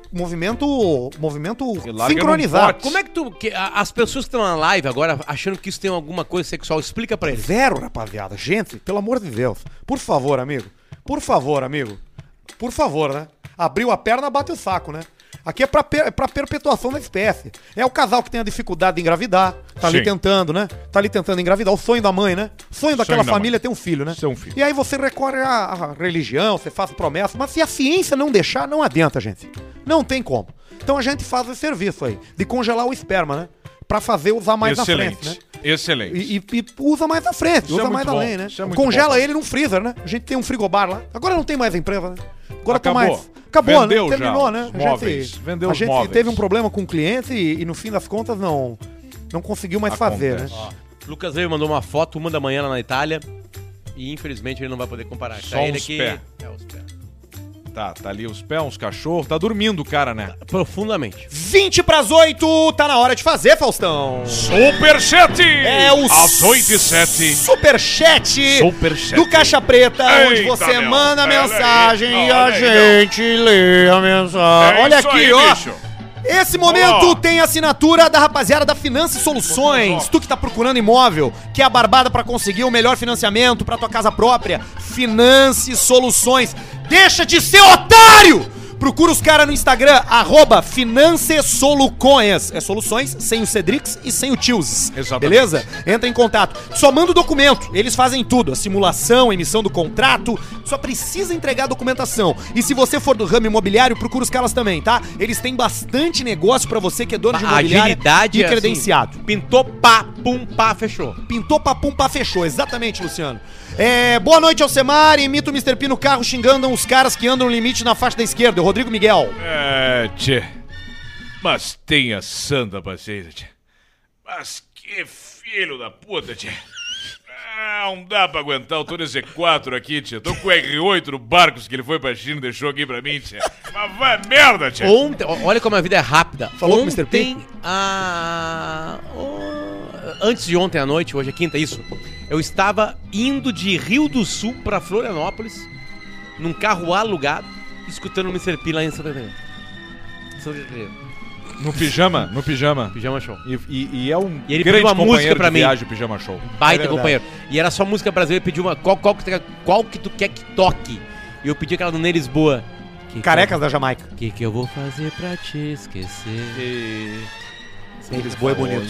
E larga sincronizado. num pote. Como é que as pessoas que estão na live agora achando que isso tem alguma coisa sexual, explica pra eles. Zero, rapaziada. Gente, pelo amor de Deus. Por favor, amigo. Por favor, amigo. Por favor, né? Abriu a perna, bate o saco, né? Aqui é pra perpetuação da espécie. É o casal que tem a dificuldade de engravidar. Tá ali Sim. tentando, né? Tá ali tentando engravidar. O sonho da mãe, né? O sonho daquela da família mãe. é ter um filho, né? Ser um filho. E aí você recorre à religião, você faz promessa. Mas se a ciência não deixar, não adianta, gente. Não tem como. Então a gente faz esse serviço aí. De congelar o esperma, né? Pra fazer usar mais na frente, né? Excelente. E usa mais na frente, Isso é usa muito mais bom, além, né? isso é muito Congela bom. ele num freezer, né? A gente tem um frigobar lá. Agora não tem mais a empresa, né? Agora tá Acabou. mais. Acabou, Vendeu né? Terminou, já né? os móveis. Vendeu a os gente móveis. teve um problema com o cliente e no fim das contas não conseguiu mais fazer, né? Acontece. Lucas Leiva mandou uma foto, 1 da manhã lá na Itália. E infelizmente ele não vai poder comparar. Só Tá ele uns aqui. pés. É, os pés. Tá ali os pés, uns cachorros. Tá dormindo o cara, né? Profundamente. 7:20, tá na hora de fazer, Faustão. Superchat! É o Às 8h07. Superchat Superchat. do Caixa Preta, onde Eita, você meu. manda a Olha aí. mensagem e a Olha aí, gente lê a mensagem. É Olha isso aqui, aí, ó. bicho. Esse momento Olha lá. tem assinatura da rapaziada da Finance Soluções. Tu que tá procurando imóvel, que é a barbada pra conseguir o melhor financiamento pra tua casa própria. Finance Soluções. Deixa de ser otário! Procura os caras no Instagram, @financesolucoins. É soluções sem o Cedrix e sem o Tios. Exatamente. Beleza? Entra em contato. Só manda o documento. Eles fazem tudo. A simulação, a emissão do contrato. Só precisa entregar a documentação. E se você for do ramo imobiliário, procura os caras também, tá? Eles têm bastante negócio pra você que é dono de imobiliária Agilidade e é credenciado. assim, pintou, pá, pum, pá, fechou. Pintou, papum, pá, fechou. Exatamente, Luciano. Boa noite, Alcemar. Imita o Mr. P no carro xingando os caras que andam no limite na faixa da esquerda. O Rodrigo Miguel. Tchê. Mas tenha santa paciência, tchê. Mas que filho da puta, tchê. Não dá pra aguentar o Tony Z4 aqui, tchê. Tô com o R8 no Barcos que ele foi pra China e deixou aqui pra mim, tchê. Mas vai merda, tchê. Ontem, olha como a vida é rápida. Falou com o Mr. P? Ontem, antes de ontem à noite, hoje é quinta, isso. Eu estava indo de Rio do Sul pra Florianópolis, num carro alugado, escutando o Mr. P lá em Santa Catarina. No pijama? Pijama Show. E é um E ele grande pediu uma música companheiro pra de mim. viagem, o Pijama Show. Baita É verdade. companheiro. E era só música brasileira, ele pediu uma. Qual que tu quer que toque? E eu pedi aquela do Ney Lisboa. Carecas da Jamaica. O que eu vou fazer pra te esquecer? Lisboa é bonito.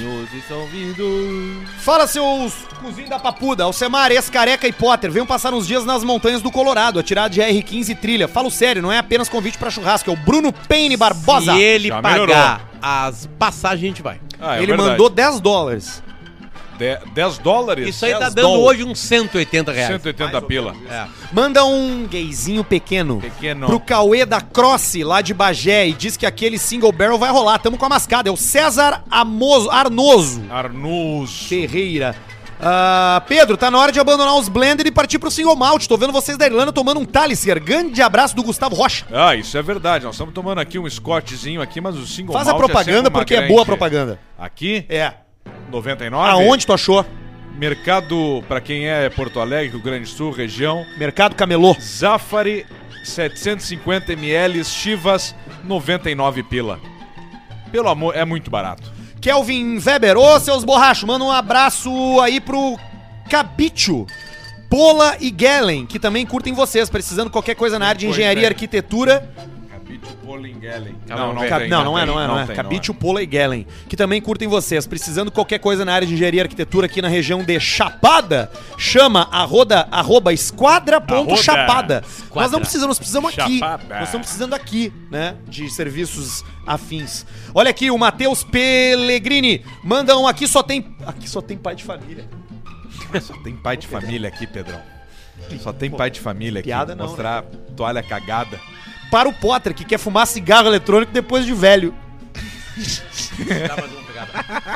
Fala, seus cozinhos da papuda. Alcemar, ex-careca e Potter. Venham passar uns dias nas montanhas do Colorado, atirar de R15 e trilha. Falo sério, não é apenas convite pra churrasco. É o Bruno Payne Barbosa. Se ele Já pagar as passagens, a gente vai. Ele mandou $10. $10? Isso aí tá 10 dando dólares. hoje uns 180 reais. 180 pila. É. Manda um gayzinho pequeno Pequeno. pro Cauê da Crosse, lá de Bagé, e diz que aquele single barrel vai rolar. Tamo com a mascada. É o César Arnoso Arnuz. Ferreira. Pedro, tá na hora de abandonar os blender e partir pro single malt. Tô vendo vocês da Irlanda tomando um Talisker. Grande abraço do Gustavo Rocha. Ah, isso é verdade. Nós estamos tomando aqui um Scottzinho aqui, mas o single Faz a malt propaganda é sempre uma porque é grande. boa a propaganda. Aqui, É. 99. Aonde tu achou? Mercado, pra quem é Porto Alegre, Rio Grande do Sul, região. Mercado Camelô. Zafari, 750 ml, Chivas, 99 pila. Pelo amor, é muito barato. Kelvin Weber. Ô, seus borrachos, manda um abraço aí pro Cabicho, Pola e Gellen, que também curtem vocês, precisando de qualquer coisa na área de Pois engenharia e é. arquitetura. Cabicho Polingelen. Não é. Cabicho, Pola e Gellen, que também curtem vocês, precisando de qualquer coisa na área de engenharia e arquitetura aqui na região de Chapada, chama @esquadra.chapada. Esquadra. Nós não precisamos, nós precisamos aqui. Chapada. Nós estamos precisando aqui, né, de serviços afins. Olha aqui, o Matheus Pellegrini manda um aqui só tem pai de família. Só tem pai de família aqui, Pedrão. Só tem pai de família aqui. Piada não, Mostrar toalha cagada. Para o Potter, que quer fumar cigarro eletrônico depois de velho. Dá mais uma pegada.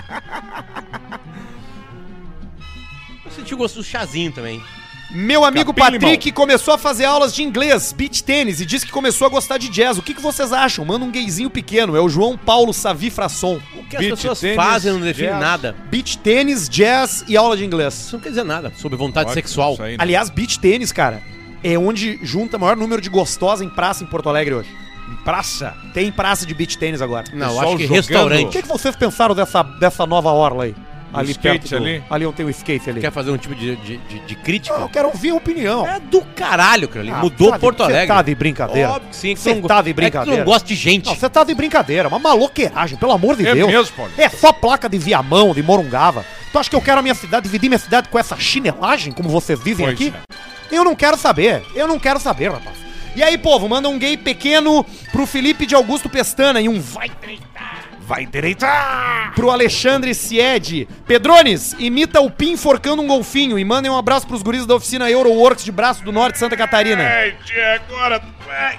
Eu senti o gosto do chazinho também. Meu amigo Capim Patrick começou a fazer aulas de inglês, beach tênis, e disse que começou a gostar de jazz. O que vocês acham? Manda um gayzinho pequeno. É o João Paulo Savi Frasson. O que as Beach pessoas tênis, fazem não define jazz. nada. Beach tênis, jazz e aula de inglês. Isso não quer dizer nada sobre vontade Ótimo, sexual. isso aí, né? Aliás, beach tênis, cara, é onde junta o maior número de gostosa em praça em Porto Alegre hoje. Em praça. Tem praça de beach tênis agora. Não, eu Pessoal acho que jogando. O restaurante. que vocês pensaram dessa nova orla aí? Ali skate perto do, ali? ali onde tem o skate ali. Quer fazer um tipo de crítica? Eu quero ouvir a opinião. É do caralho, cara. Ele Ah, mudou tá de- Porto cê Alegre. tá de brincadeira. Óbvio que sim. que Cê tu não tá de É que tu brincadeira. não gosta de gente. Não, você tá de brincadeira, uma maloqueiragem, pelo amor de É Deus. mesmo, Paulo? É só placa de Viamão, de Morungava. Tu acha que eu quero a minha cidade, dividir minha cidade com essa chinelagem, como vocês dizem Pois aqui? é. Eu não quero saber, rapaz. E aí, povo, manda um gay pequeno pro Felipe de Augusto Pestana e um vai direitar pro Alexandre Siede. Pedrones, imita o Pim enforcando um golfinho e mandem um abraço pros guris da oficina Euroworks de Braço do Norte, Santa Catarina. Ei, tia, agora tu vai.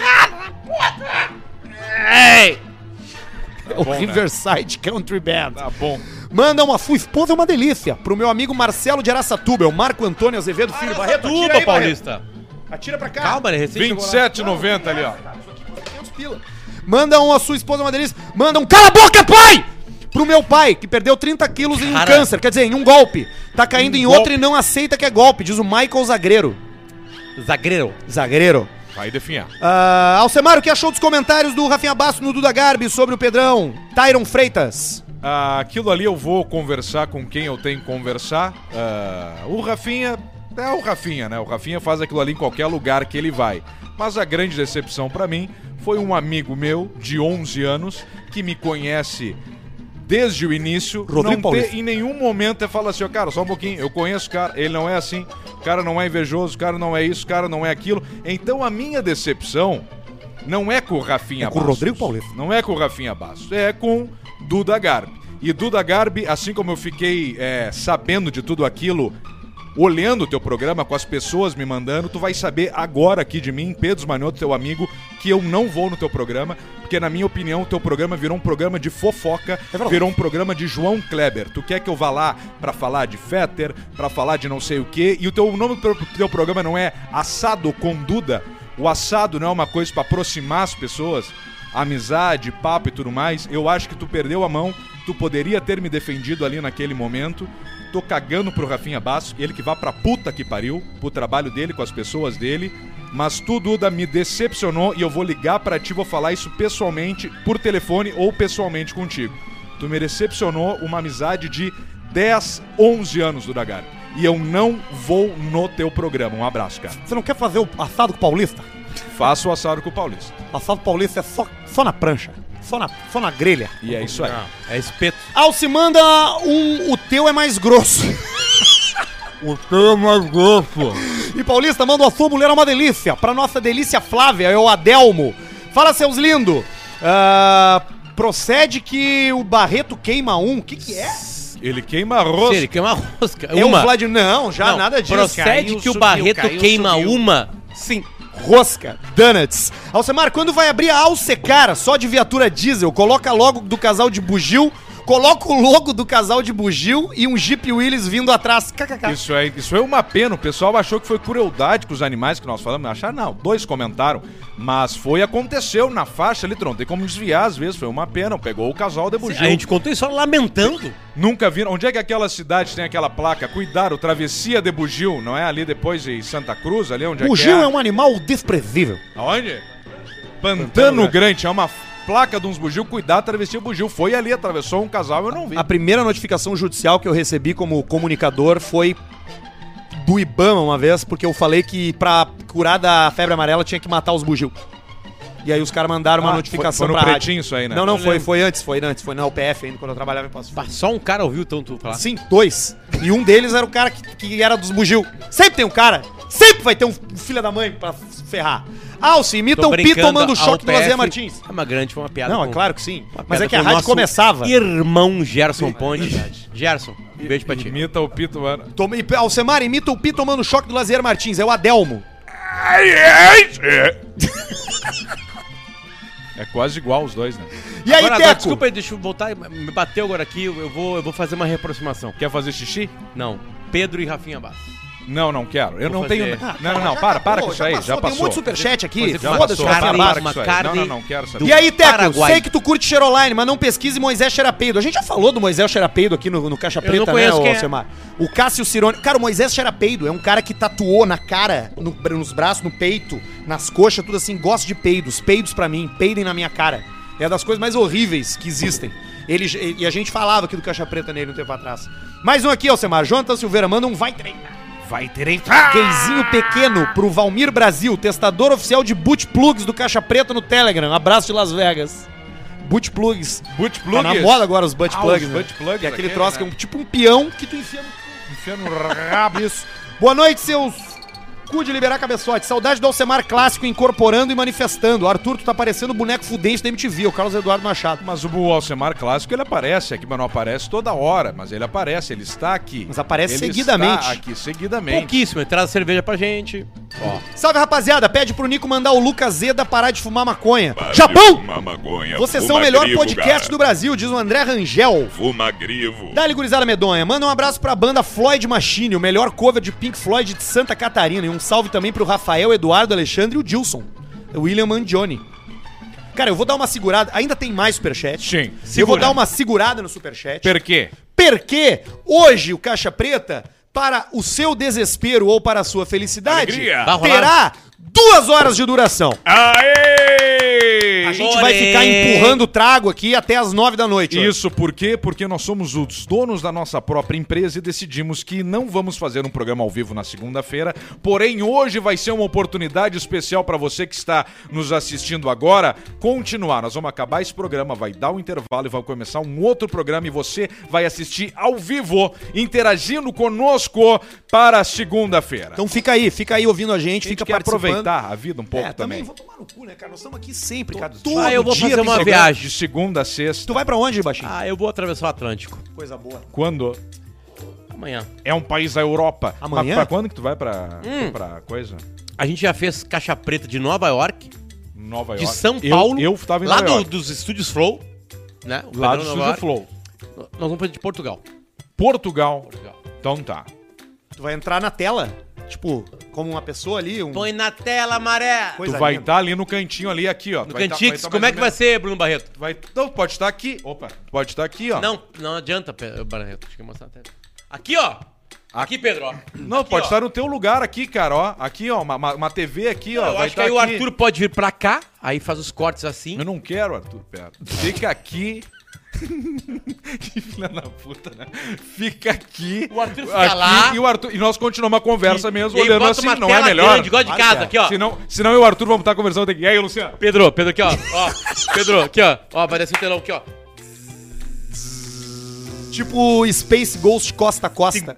O bom, né? Riverside Country Band. Tá bom. Manda uma sua esposa é uma delícia pro meu amigo Marcelo de Araçatuba, é o Marco Antônio Azevedo Filho. Barreto, atira Tuba, aí, Paulista. Barreto. Atira pra cá. Calma, né? Recém chegou lá. 27,90 ali, ó. 500 pila. Manda uma sua esposa é uma delícia. Manda um cala a boca, pai! Pro meu pai, que perdeu 30 quilos em um Cara. câncer, quer dizer, em um golpe. Tá caindo em outro e não aceita que é golpe, diz o Michael Zagreiro. Zagreiro. Vai definhar. Alcemar, o que achou dos comentários do Rafinha Basso no Duda Garbi sobre o Pedrão? Tyron Freitas. Aquilo ali eu vou conversar com quem eu tenho que conversar. O Rafinha é o Rafinha, né? O Rafinha faz aquilo ali em qualquer lugar que ele vai. Mas a grande decepção pra mim foi um amigo meu de 11 anos que me conhece desde o início. Rodrigo Paulista. Em nenhum momento ele fala assim, ó, cara, só um pouquinho, eu conheço o cara, ele não é assim, o cara não é invejoso, o cara não é isso, o cara não é aquilo. Então a minha decepção não é com o Rafinha É com o Bastos. Rodrigo Paulista. Não é com o Rafinha Bastos, é com Duda Garbi. E Duda Garbi, assim como eu fiquei sabendo de tudo aquilo, olhando o teu programa, com as pessoas me mandando, tu vai saber agora aqui de mim, Pedro Manioto, teu amigo, que eu não vou no teu programa, porque na minha opinião o teu programa virou um programa de fofoca, virou um programa de João Kleber. Tu quer que eu vá lá pra falar de Fetter, pra falar de não sei o quê, e o nome do teu programa não é Assado com Duda? O assado não é uma coisa pra aproximar as pessoas? Amizade, papo e tudo mais? Eu acho que tu perdeu a mão, tu poderia ter me defendido ali naquele momento. tô cagando pro Rafinha Basso, ele que vá pra puta que pariu, pro trabalho dele, com as pessoas dele. Mas tu, Duda, me decepcionou e eu vou ligar pra ti, vou falar isso pessoalmente, por telefone ou pessoalmente contigo. Tu me decepcionou uma amizade de 10, 11 anos, Duda Garbi. E eu não vou no teu programa. Um abraço, cara. Você não quer fazer o assado com o paulista? Faço o assado com o Paulista. Assado paulista é só na prancha. Só na grelha. E é isso aí. Não, é espeto. Alce, manda o teu é mais grosso. O teu é mais grosso. E Paulista, manda a sua mulher é uma delícia. Pra nossa delícia Flávia, é o Adelmo. Fala, seus lindos. Procede que o Barreto queima um. O que é? Ele queima a rosca. Ele queima a rosca. É o Vladimir. Não, nada disso. Procede que o Barreto queima uma. Sim. Rosca, donuts. Alcemar, quando vai abrir a Alcecar, só de viatura diesel, coloca logo do casal de bugio, coloca o logo do casal de bugio e um Jeep Willys vindo atrás. KKK. Isso é uma pena. O pessoal achou que foi crueldade com os animais que nós falamos. Acharam, não. 2 comentaram. Mas aconteceu na faixa ali, não tem como desviar às vezes. Foi uma pena. Pegou o casal de bugio. A gente contou isso só lamentando. Nunca viram. Onde é que aquela cidade tem aquela placa? Cuidado, travessia de bugio. Não é ali depois de Santa Cruz? Ali onde bugio é um animal desprezível. Aonde? Pantano Grande. É uma placa de uns bugio, cuidado, travessia bugio. Foi ali, atravessou um casal, eu não vi. A primeira notificação judicial que eu recebi como comunicador foi do Ibama uma vez, porque eu falei que pra curar da febre amarela tinha que matar os bugio. E aí os caras mandaram uma notificação foi no pra Pretinho rádio. isso aí, né? Não, foi antes, foi na UPF ainda, quando eu trabalhava em Passo Fundo. Só um cara ouviu tanto falar? Sim, 2. E um deles era o cara que era dos bugio. Sempre tem um cara, sempre vai ter um filho da mãe pra ferrar. Alce, imita o Pi tomando choque do Lazer Martins. É uma grande, foi uma piada. Não, é claro que sim. Mas é que a rádio começava. Irmão Gerson Ponte. Gerson, beijo pra ti. Imita o Pito, mano. Alcemar, imita o Pi tomando choque do Lazer Martins. É o Adelmo. É quase igual os dois, né? E aí, agora, Teco? Desculpa aí, deixa eu voltar. Me bateu agora aqui, eu vou fazer uma reaproximação. Quer fazer xixi? Não. Pedro e Rafinha Basso. Não quero. Eu Vou não fazer. tenho... Não, para com isso aí, já passou. Tem um monte de superchat aqui. Já Foda-se, passou, para com isso aí. Não, quero saber. E aí, Teco, Paraguai. sei que tu curte Cheroline, mas não pesquise Moisés Xerapeido. A gente já falou do Moisés Xerapeido aqui no Caixa Preta, não conheço, né, quem é? Alcemar? O Cássio Cirone. Cara, o Moisés Xerapeido é um cara que tatuou na cara, nos braços, no peito, nas coxas, tudo assim, gosto de peidos. Peidos pra mim, peidem na minha cara. É das coisas mais horríveis que existem. E a gente falava aqui do Caixa Preta nele um tempo atrás. Mais um aqui, Alcemar. Jonathan Silveira manda um vai treinar. Vai treinar. Gayzinho pequeno pro Valmir Brasil, testador oficial de boot plugs do Caixa Preta no Telegram. Abraço de Las Vegas. Boot plugs. Boot plugs? Tá na moda agora os butt plugs, os né? butt plugs, Que é aquele aquele, troço né? que é tipo um peão que tu enfia no rabo. Isso. Boa noite, seus cu de liberar cabeçote. Saudade do Alcemar clássico incorporando e manifestando. Arthur, tu tá parecendo o boneco fudente da MTV, o Carlos Eduardo Machado. Mas o Alcemar clássico, ele aparece aqui, mas não aparece toda hora. Mas ele aparece, ele está aqui. Mas aparece ele seguidamente. Está aqui seguidamente. Pouquíssimo, traz cerveja pra gente. Ó. Salve, rapaziada. Pede pro Nico mandar o Lucas Zeda parar de fumar maconha. Japão! Vocês são o melhor podcast do Brasil, diz o André Rangel. Fuma grivo. Dá-lhe, gurizada medonha. Manda um abraço pra banda Floyd Machine, o melhor cover de Pink Floyd de Santa Catarina. E um salve também pro Rafael, Eduardo, Alexandre e o Dilson. William Mangione. Cara, eu vou dar uma segurada. Ainda tem mais superchat. Sim. Eu vou dar uma segurada no superchat. Por quê? Porque hoje o Caixa Preta, para o seu desespero ou para a sua felicidade, Alegria. terá 2 horas de duração. Aê! A gente vai ficar empurrando o trago aqui até as 9 da noite. hoje. Isso por quê? Porque nós somos os donos da nossa própria empresa e decidimos que não vamos fazer um programa ao vivo na segunda-feira. Porém, hoje vai ser uma oportunidade especial para você que está nos assistindo agora continuar. Nós vamos acabar esse programa, vai dar um intervalo e vai começar um outro programa e você vai assistir ao vivo, interagindo conosco para segunda-feira. Então fica aí ouvindo a gente, fica quer participando. aproveitar a vida um pouco também. Vou tomar no cu, né, cara? Nós estamos aqui sempre, cara. Eu vou fazer uma De viagem. segunda a sexta. Tu vai pra onde, Baixinho? Eu vou atravessar o Atlântico. Coisa boa. Quando? Amanhã. É um país da Europa. Amanhã? Mas pra quando que tu vai pra coisa? A gente já fez Caixa Preta de Nova York, Nova de York. São Paulo, Eu tava em lá Nova York. dos estúdios Flow, né? O Lá Pedrão do Nova Studio York. Flow. Nós vamos fazer de Portugal. Portugal. Então tá. Tu vai entrar na tela, tipo, como uma pessoa ali, Põe na tela, maré! Coisa Tu vai linda. estar ali no cantinho ali, aqui, ó. No Cantix, como é que vai mais ser, Bruno Barreto? ou menos- Não, pode estar aqui. Opa. Pode estar aqui, ó. Não adianta, Barreto. Acho que eu mostrar a tela. Aqui, ó. Aqui, Pedro, ó. Não, aqui, pode ó. estar no teu lugar aqui, cara, ó. Aqui, ó, uma TV aqui, ó. Eu vai acho que estar aí o aqui. Arthur pode vir pra cá, aí faz os cortes assim. Eu não quero, Arthur, pera. Fica aqui. Que filha da puta, né? Fica aqui. O Arthur fica lá. E nós continuamos a conversa mesmo, e aí olhando bota assim, uma não é tela melhor? grande, igual de casa, aqui, ó. Senão eu e o Arthur vamos estar conversando aqui. E aí, Luciano? Pedro, aqui, ó. Pedro, aqui, ó. Ó, vai descer o telão aqui, ó. Tipo Space Ghost Costa a Costa.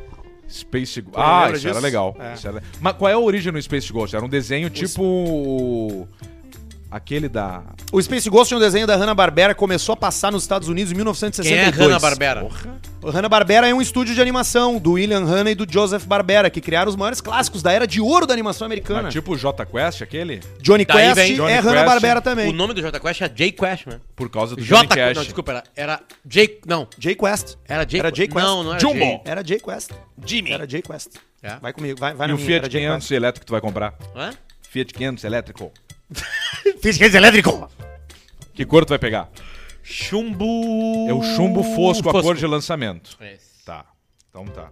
Space Ghost. lembra Isso disso? era legal. É. Isso era... Mas qual é a origem do Space Ghost? Era um desenho tipo... Aquele da... O Space Ghost é um desenho da Hanna-Barbera, começou a passar nos Estados Unidos em 1962. Quem é Hanna-Barbera? O Hanna-Barbera é um estúdio de animação do William Hanna e do Joseph Barbera, que criaram os maiores clássicos da era de ouro da animação americana. Mas tipo o J Quest, aquele? Johnny Daí Quest vem Johnny é Quest. Hanna-Barbera também. O nome do J Quest é J Quest, né? Por causa do Johnny Cash. Não, desculpa, era J... Não, J Quest. era J... Era J Quest. Não era Jumbo. J. Era J Quest. Jimmy. Era J Quest. É. Vai comigo, vai E na o minha. Fiat Era J 500 elétrico que tu vai comprar? Hã? Fiat 500 elétrico. Fiat 500 elétrico. Que cor tu vai pegar? Chumbo... É o chumbo fosco, a cor de lançamento. Esse. Tá. Então tá.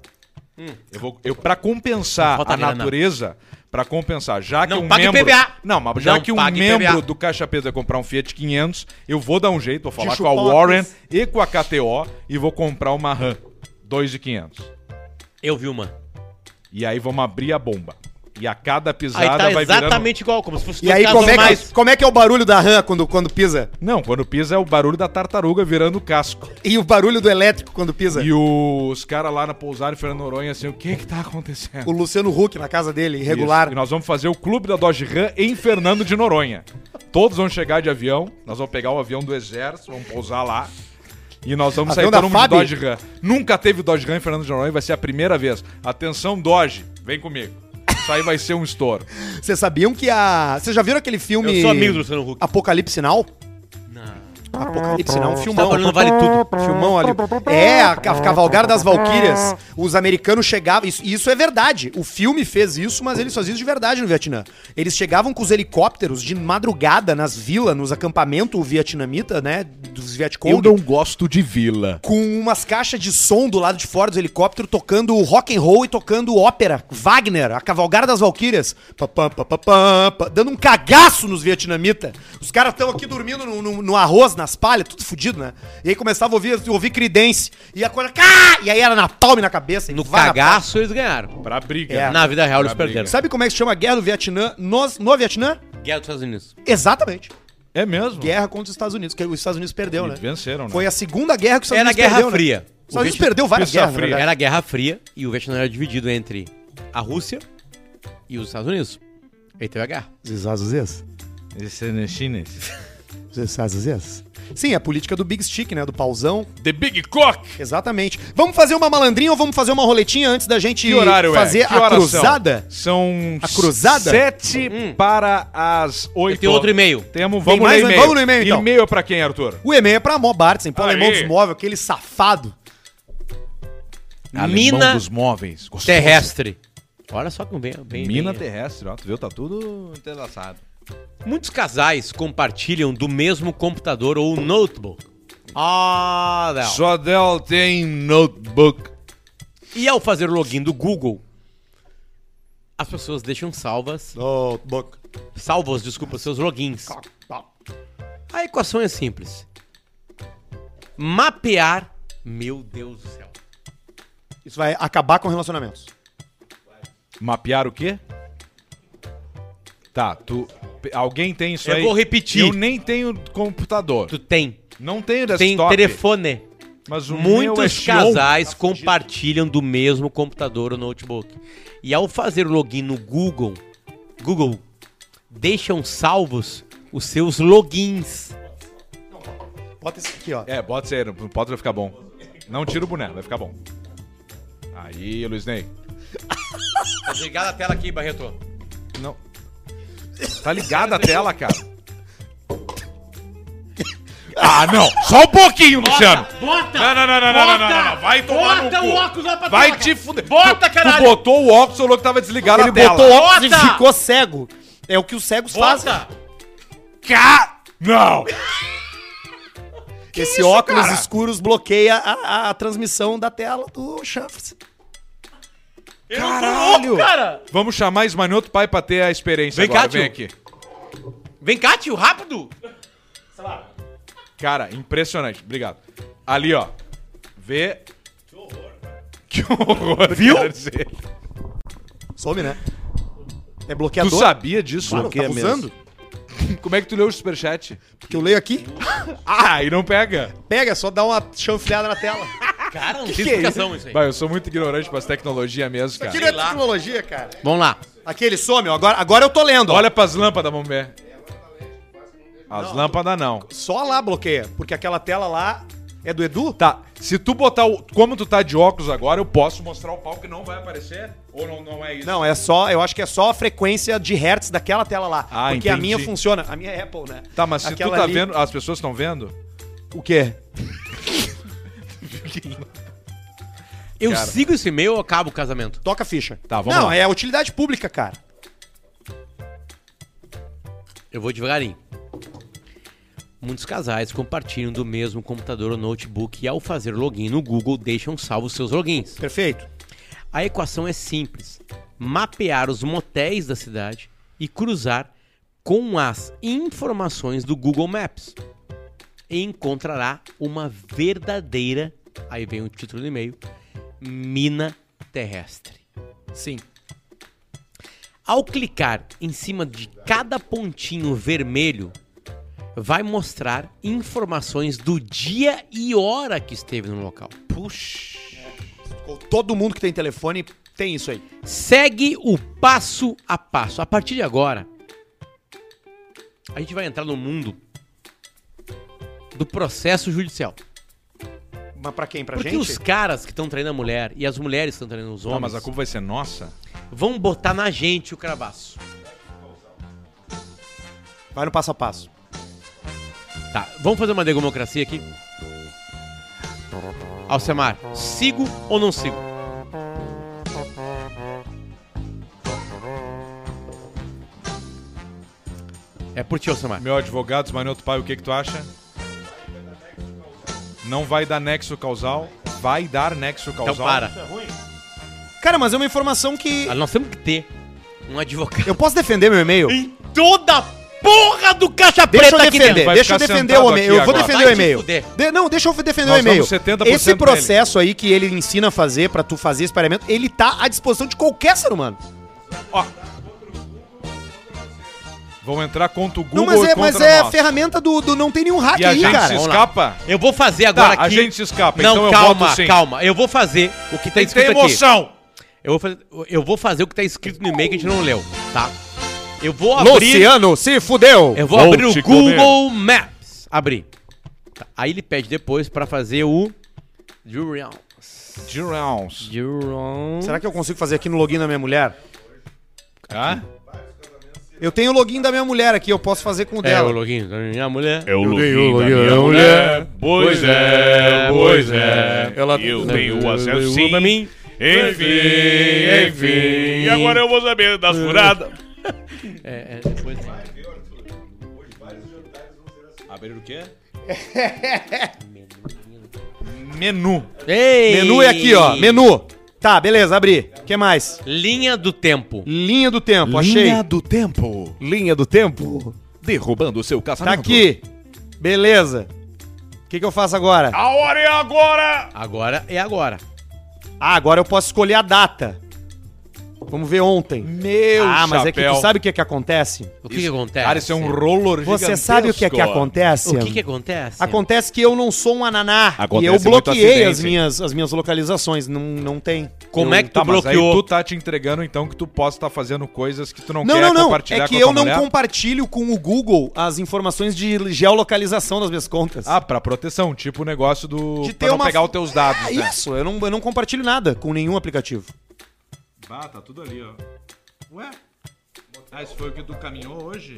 Eu pra compensar Falta a grana. natureza, pra compensar, já que Não um pague membro... PVA. Não, mas já Não que um pague membro PVA. do Caixa Preta vai comprar um Fiat 500, eu vou dar um jeito, vou falar com a chupar uma Warren pizza. e com a KTO e vou comprar uma RAM 2.500. Eu vi uma. E aí vamos abrir a bomba. E a cada Aí pisada tá vai exatamente igual, como se fosse E dois aí, carros normais. como é que é o barulho da RAM quando pisa? Não, quando pisa é o barulho da tartaruga virando casco. E o barulho do elétrico quando pisa? E os caras lá na pousada em Fernando Noronha assim, o que tá acontecendo? O Luciano Huck na casa dele, irregular. Isso. E nós vamos fazer o clube da Dodge Ram em Fernando de Noronha. Todos vão chegar de avião, nós vamos pegar o avião do exército, vamos pousar lá. E nós vamos Avião sair todo da mundo de FAB? Dodge Ram. Nunca teve Dodge Ram em Fernando de Noronha, vai ser a primeira vez. Atenção, Dodge, vem comigo. Isso aí vai ser um estouro. Vocês sabiam que a... Vocês já viram aquele filme... Eu sou amigo do Luciano Huck. Apocalipse Now? Não. Apocalipse Now, um Tá filmão. falando vale tudo. Filmão ali. É, a Cavalgada das Valquírias. Os americanos chegavam... Isso é verdade. O filme fez isso, mas eles faziam isso de verdade no Vietnã. Eles chegavam com os helicópteros de madrugada nas vilas, nos acampamentos vietnamita, né? Dos Vietcong. gosto de vila. Com umas caixas de som do lado de fora dos helicópteros, tocando rock and roll e tocando ópera. Wagner, a Cavalgada das Valquírias. Dando um cagaço nos vietnamitas. Os caras estão aqui dormindo no arroz, nas palhas, tudo fudido, né? E aí começava a ouvir Creedence. E a coisa... E aí era na palma e na cabeça. No cagaço eles ganharam. Pra briga. É. Na vida real eles Pra perderam. Sabe como é que se chama a Guerra do Vietnã no Vietnã? Guerra dos Estados Unidos. Exatamente. É mesmo? Guerra contra os Estados Unidos, que os Estados Unidos perdeu, E né? venceram, né? Foi a segunda guerra que os Estados Era a Unidos Guerra perdeu, Fria. né? Os Estados Unidos perdeu várias Guerra guerras, na Fria. verdade. Era a Guerra Fria e o Vietnã era dividido entre a Rússia e os Estados Unidos. Aí teve a guerra. Os Estados Unidos. Esse é no chinês. Os Estados Unidos. Sim, a política do Big Stick, né? Do pauzão. The Big Cock! Exatamente. Vamos fazer uma malandrinha ou vamos fazer uma roletinha antes da gente Que horário fazer é? Que a horas cruzada? São A cruzada? 7 para as 8. Tem outro e-mail. Vamos mais no um? e-mail. Vamos no e-mail, então. E-mail é pra quem, Arthur? O e-mail é pra Mó Bartzen, pô, Aí. alemão dos móveis, aquele safado. Mina dos móveis. Gostoso. terrestre. Olha só como bem. Mina terrestre, ó. Tu viu? Tá tudo entrelaçado. Muitos casais compartilham do mesmo computador ou notebook. Ah, não. Só dela tem notebook. E ao fazer o login do Google, as pessoas deixam salvos, seus logins. A equação é simples. Mapear, meu Deus do céu. Isso vai acabar com relacionamentos. Mapear o quê? Tá, alguém tem isso Eu aí? vou repetir. Eu nem tenho computador. Tu tem. Não tenho Tem desktop. telefone. Mas o meu é Muitos Xion. casais compartilham do mesmo computador ou notebook. E ao fazer o login no Google, deixam salvos os seus logins. Bota isso aqui, ó. É, bota isso aí, pode vai ficar bom. Não tira o boneco, vai ficar bom. Aí, Luiz Ney. Tá ligada a tela aqui, Barreto. Não. Tá ligada a tela, cara. Ah, não. Só um pouquinho, Luciano. Bota! Não. Vai tomar no cu. o óculos lá pra Vai tela, te cara. fuder. Bota, Tu caralho! botou o óculos, falou que tava desligado Ele a tela. botou o óculos Bota! e ficou cego. É o que os cegos fazem. Bota! Não. Esse óculos escuros bloqueia a transmissão da tela do chanfre. Caralho! Cara! Vamos chamar Esmanhoto Pai pra ter a experiência Vem agora. cá, tio. Vem aqui. Vem cá, tio, rápido! Cara, impressionante. Obrigado. Ali, ó. Vê. Que horror. Viu? Quero dizer. Some, né? É Tu bloqueador. sabia disso? Claro, Que é tá mesmo. usando. Como é que tu leu o superchat? Porque eu leio aqui. Ah, e não pega. Pega, é só dá uma chanfreada na tela. Cara, não tem que é explicação isso aí. Vai, eu sou muito ignorante pras tecnologias mesmo, cara. Aqui não é tecnologia, cara. Vamos lá. Aqui ele some, ó. Agora eu tô lendo, ó. Olha pras lâmpadas, vamos ver. As lâmpadas não. Só lá bloqueia, porque aquela tela lá é do Edu? Tá, se tu botar o... Como tu tá de óculos agora, eu posso mostrar o pau que não vai aparecer? Ou não é isso? Não, é só, eu acho que é só a frequência de hertz daquela tela lá. Ah, porque a entendi. minha funciona, a minha é Apple, né? Tá, mas se Aquela tu tá ali- vendo... As pessoas estão vendo? O quê? Eu Cara. sigo esse e-mail ou acabo o casamento? Toca a ficha. Tá, vamos Não, lá. é utilidade pública, cara. Eu vou devagarinho. Muitos casais compartilham do mesmo computador ou notebook e ao fazer login no Google deixam salvos seus logins. Perfeito. A equação é simples. Mapear os motéis da cidade e cruzar com as informações do Google Maps. E encontrará uma verdadeira, aí vem o título do e-mail, mina terrestre. Sim. Ao clicar em cima de cada pontinho vermelho, vai mostrar informações do dia e hora que esteve no local. Puxa. Todo mundo que tem telefone tem isso aí. Segue o passo a passo. A partir de agora, a gente vai entrar no mundo do processo judicial. Mas pra quem? Pra Porque gente? os caras que estão traindo a mulher e as mulheres que estão traindo os Não, homens mas a culpa vai ser nossa? vão botar na gente o cravaço. Vai no passo a passo. Tá, vamos fazer uma democracia aqui? Alcemar, sigo ou não sigo? É por ti, Alcemar. Meu advogado, Esmanhoto Pai, o que tu acha? Não vai dar nexo causal? Vai dar nexo causal? Então para. Cara, mas é uma informação que... Nós temos que ter um advogado Eu posso defender meu e-mail? em toda a porra do caixa Deixa preta eu aqui defender, dentro. Vai deixa eu ficar defender o sentado e-mail. aqui Eu vou agora. defender Vai o te e-mail. fuder. Não, deixa eu defender Nós o e-mail. vamos 70% Esse pra ele. processo aí que ele ensina a fazer pra tu fazer experimento, ele tá à disposição de qualquer ser humano. Ó. Vão entrar contra o Google Não, mas e é, contra mas é nós. ferramenta do não tem nenhum hack E a aí, gente cara. se Vamos lá. escapa? Eu vou fazer agora Tá, aqui... a gente se escapa, Não, então eu calma, voto sim. calma. Eu vou fazer o que tá Tem que ter escrito aqui. emoção. Eu vou fazer o que tá escrito no e-mail que a gente não leu, tá? Eu vou abrir... Luciano, se fudeu. Eu vou Vou abrir te o Google Maps. Abrir. Tá, aí ele pede depois pra fazer o... Durance. Será que eu consigo fazer aqui no login da minha mulher? Ah? Eu tenho o login da minha mulher aqui, eu posso fazer com o É dela. o login da minha mulher. É o tenho login da minha mulher. Pois é, pois é. Ela- Eu tenho o acesso Pra sim. mim. Enfim. E agora eu vou saber das furadas. Depois... Abrir o quê? Menu. Ei! Menu é aqui, ó. Menu. Tá, beleza, abri. O que mais? Linha do tempo. Linha do tempo, achei. do tempo. Linha do tempo. Derrubando o seu Tá casamento. aqui. Beleza. O que eu faço agora? A hora é agora. Agora é agora. Ah, agora eu posso escolher a data. Vamos ver ontem. Meu mas é que chapéu. tu sabe o que acontece? O que acontece? Cara, isso é um roller Você sabe o que acontece? O que acontece? Acontece que eu não sou um ananá. Acontece e eu muito bloqueei acidente. as minhas localizações. Não tem. Como é que tu Tá, mas aí bloqueou? tu tá te entregando, então, que tu possa estar fazendo coisas que tu não, Não, quer não, não. compartilhar É que com a eu tua não mulher. compartilho com o Google as informações de geolocalização das minhas contas. Ah, pra proteção, tipo o negócio do... de pra não pegar os teus dados, Ah, né? isso. Eu não compartilho nada com nenhum aplicativo. Ah, tá tudo ali, ó. Ué? Ah, isso foi o que tu caminhou hoje?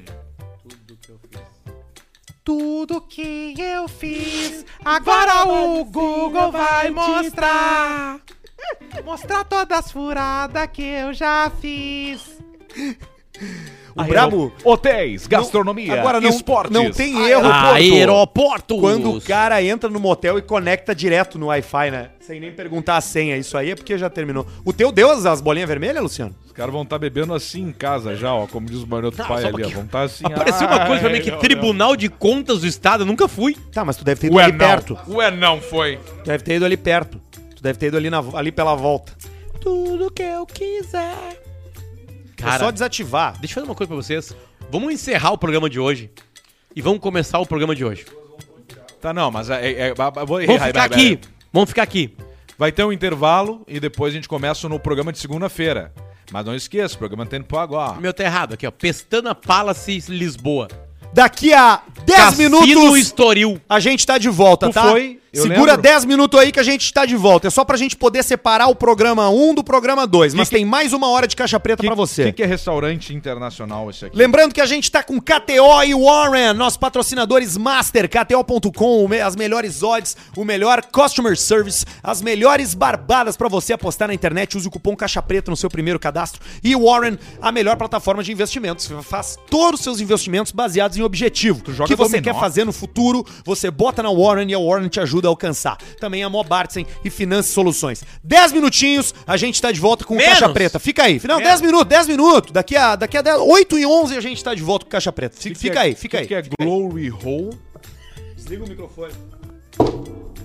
Tudo que eu fiz, agora o Google vai mostrar. Mostrar todas as furadas que eu já fiz. O brabo... Hotéis, gastronomia, Agora não, esportes. não tem erro. Aeroportos. Quando o cara entra no motel e conecta direto no Wi-Fi, né? Sem nem perguntar a senha. Isso aí é porque já terminou. O teu deu as bolinhas vermelhas, Luciano? Os caras vão estar bebendo assim em casa já, ó, como diz o Maroto Pai ali, ó. Vão estar assim. Apareceu uma coisa pra mim que Tribunal de Contas do Estado, eu nunca fui. Tá, mas tu deve ter ido ali perto. Ué, não foi. Tu deve ter ido ali perto. Tu deve ter ido ali pela volta. Tudo que eu quiser. Cara, é só desativar. Deixa eu fazer uma coisa pra vocês. Vamos encerrar o programa de hoje. E vamos começar o programa de hoje. Tá, não, mas Vamos ficar aqui. Vai ter um intervalo e depois a gente começa no programa de segunda-feira. Mas não esqueça, o programa tem Tempo agora. Meu, tá errado aqui, ó. Pestana Palace, Lisboa. Daqui a 10 Cassino minutos Estoril. a gente tá de volta, Tu tá? foi? Eu Segura lembro. 10 minutos aí que a gente tá de volta. É só pra gente poder separar o programa 1 do programa 2. Mas tem mais uma hora de caixa preta pra você. O que é restaurante internacional esse aqui? Lembrando que a gente tá com KTO e Warren, nossos patrocinadores master, KTO.com, as melhores odds, o melhor customer service, as melhores barbadas pra você apostar na internet. Use o cupom Caixa Preta no seu primeiro cadastro. E Warren, a melhor plataforma de investimentos. Você faz todos os seus investimentos baseados em objetivo. O que você quer fazer no futuro, você bota na Warren e a Warren te ajuda a alcançar. Também a Mobartsen e Finance Soluções. 10 minutinhos, a gente tá de volta com o Caixa Preta. Fica aí. Não, 10 minutos. Daqui a 8 e 11 a gente tá de volta com o Caixa Preta. Fica aí. O que é Glory Hole? Desliga o microfone.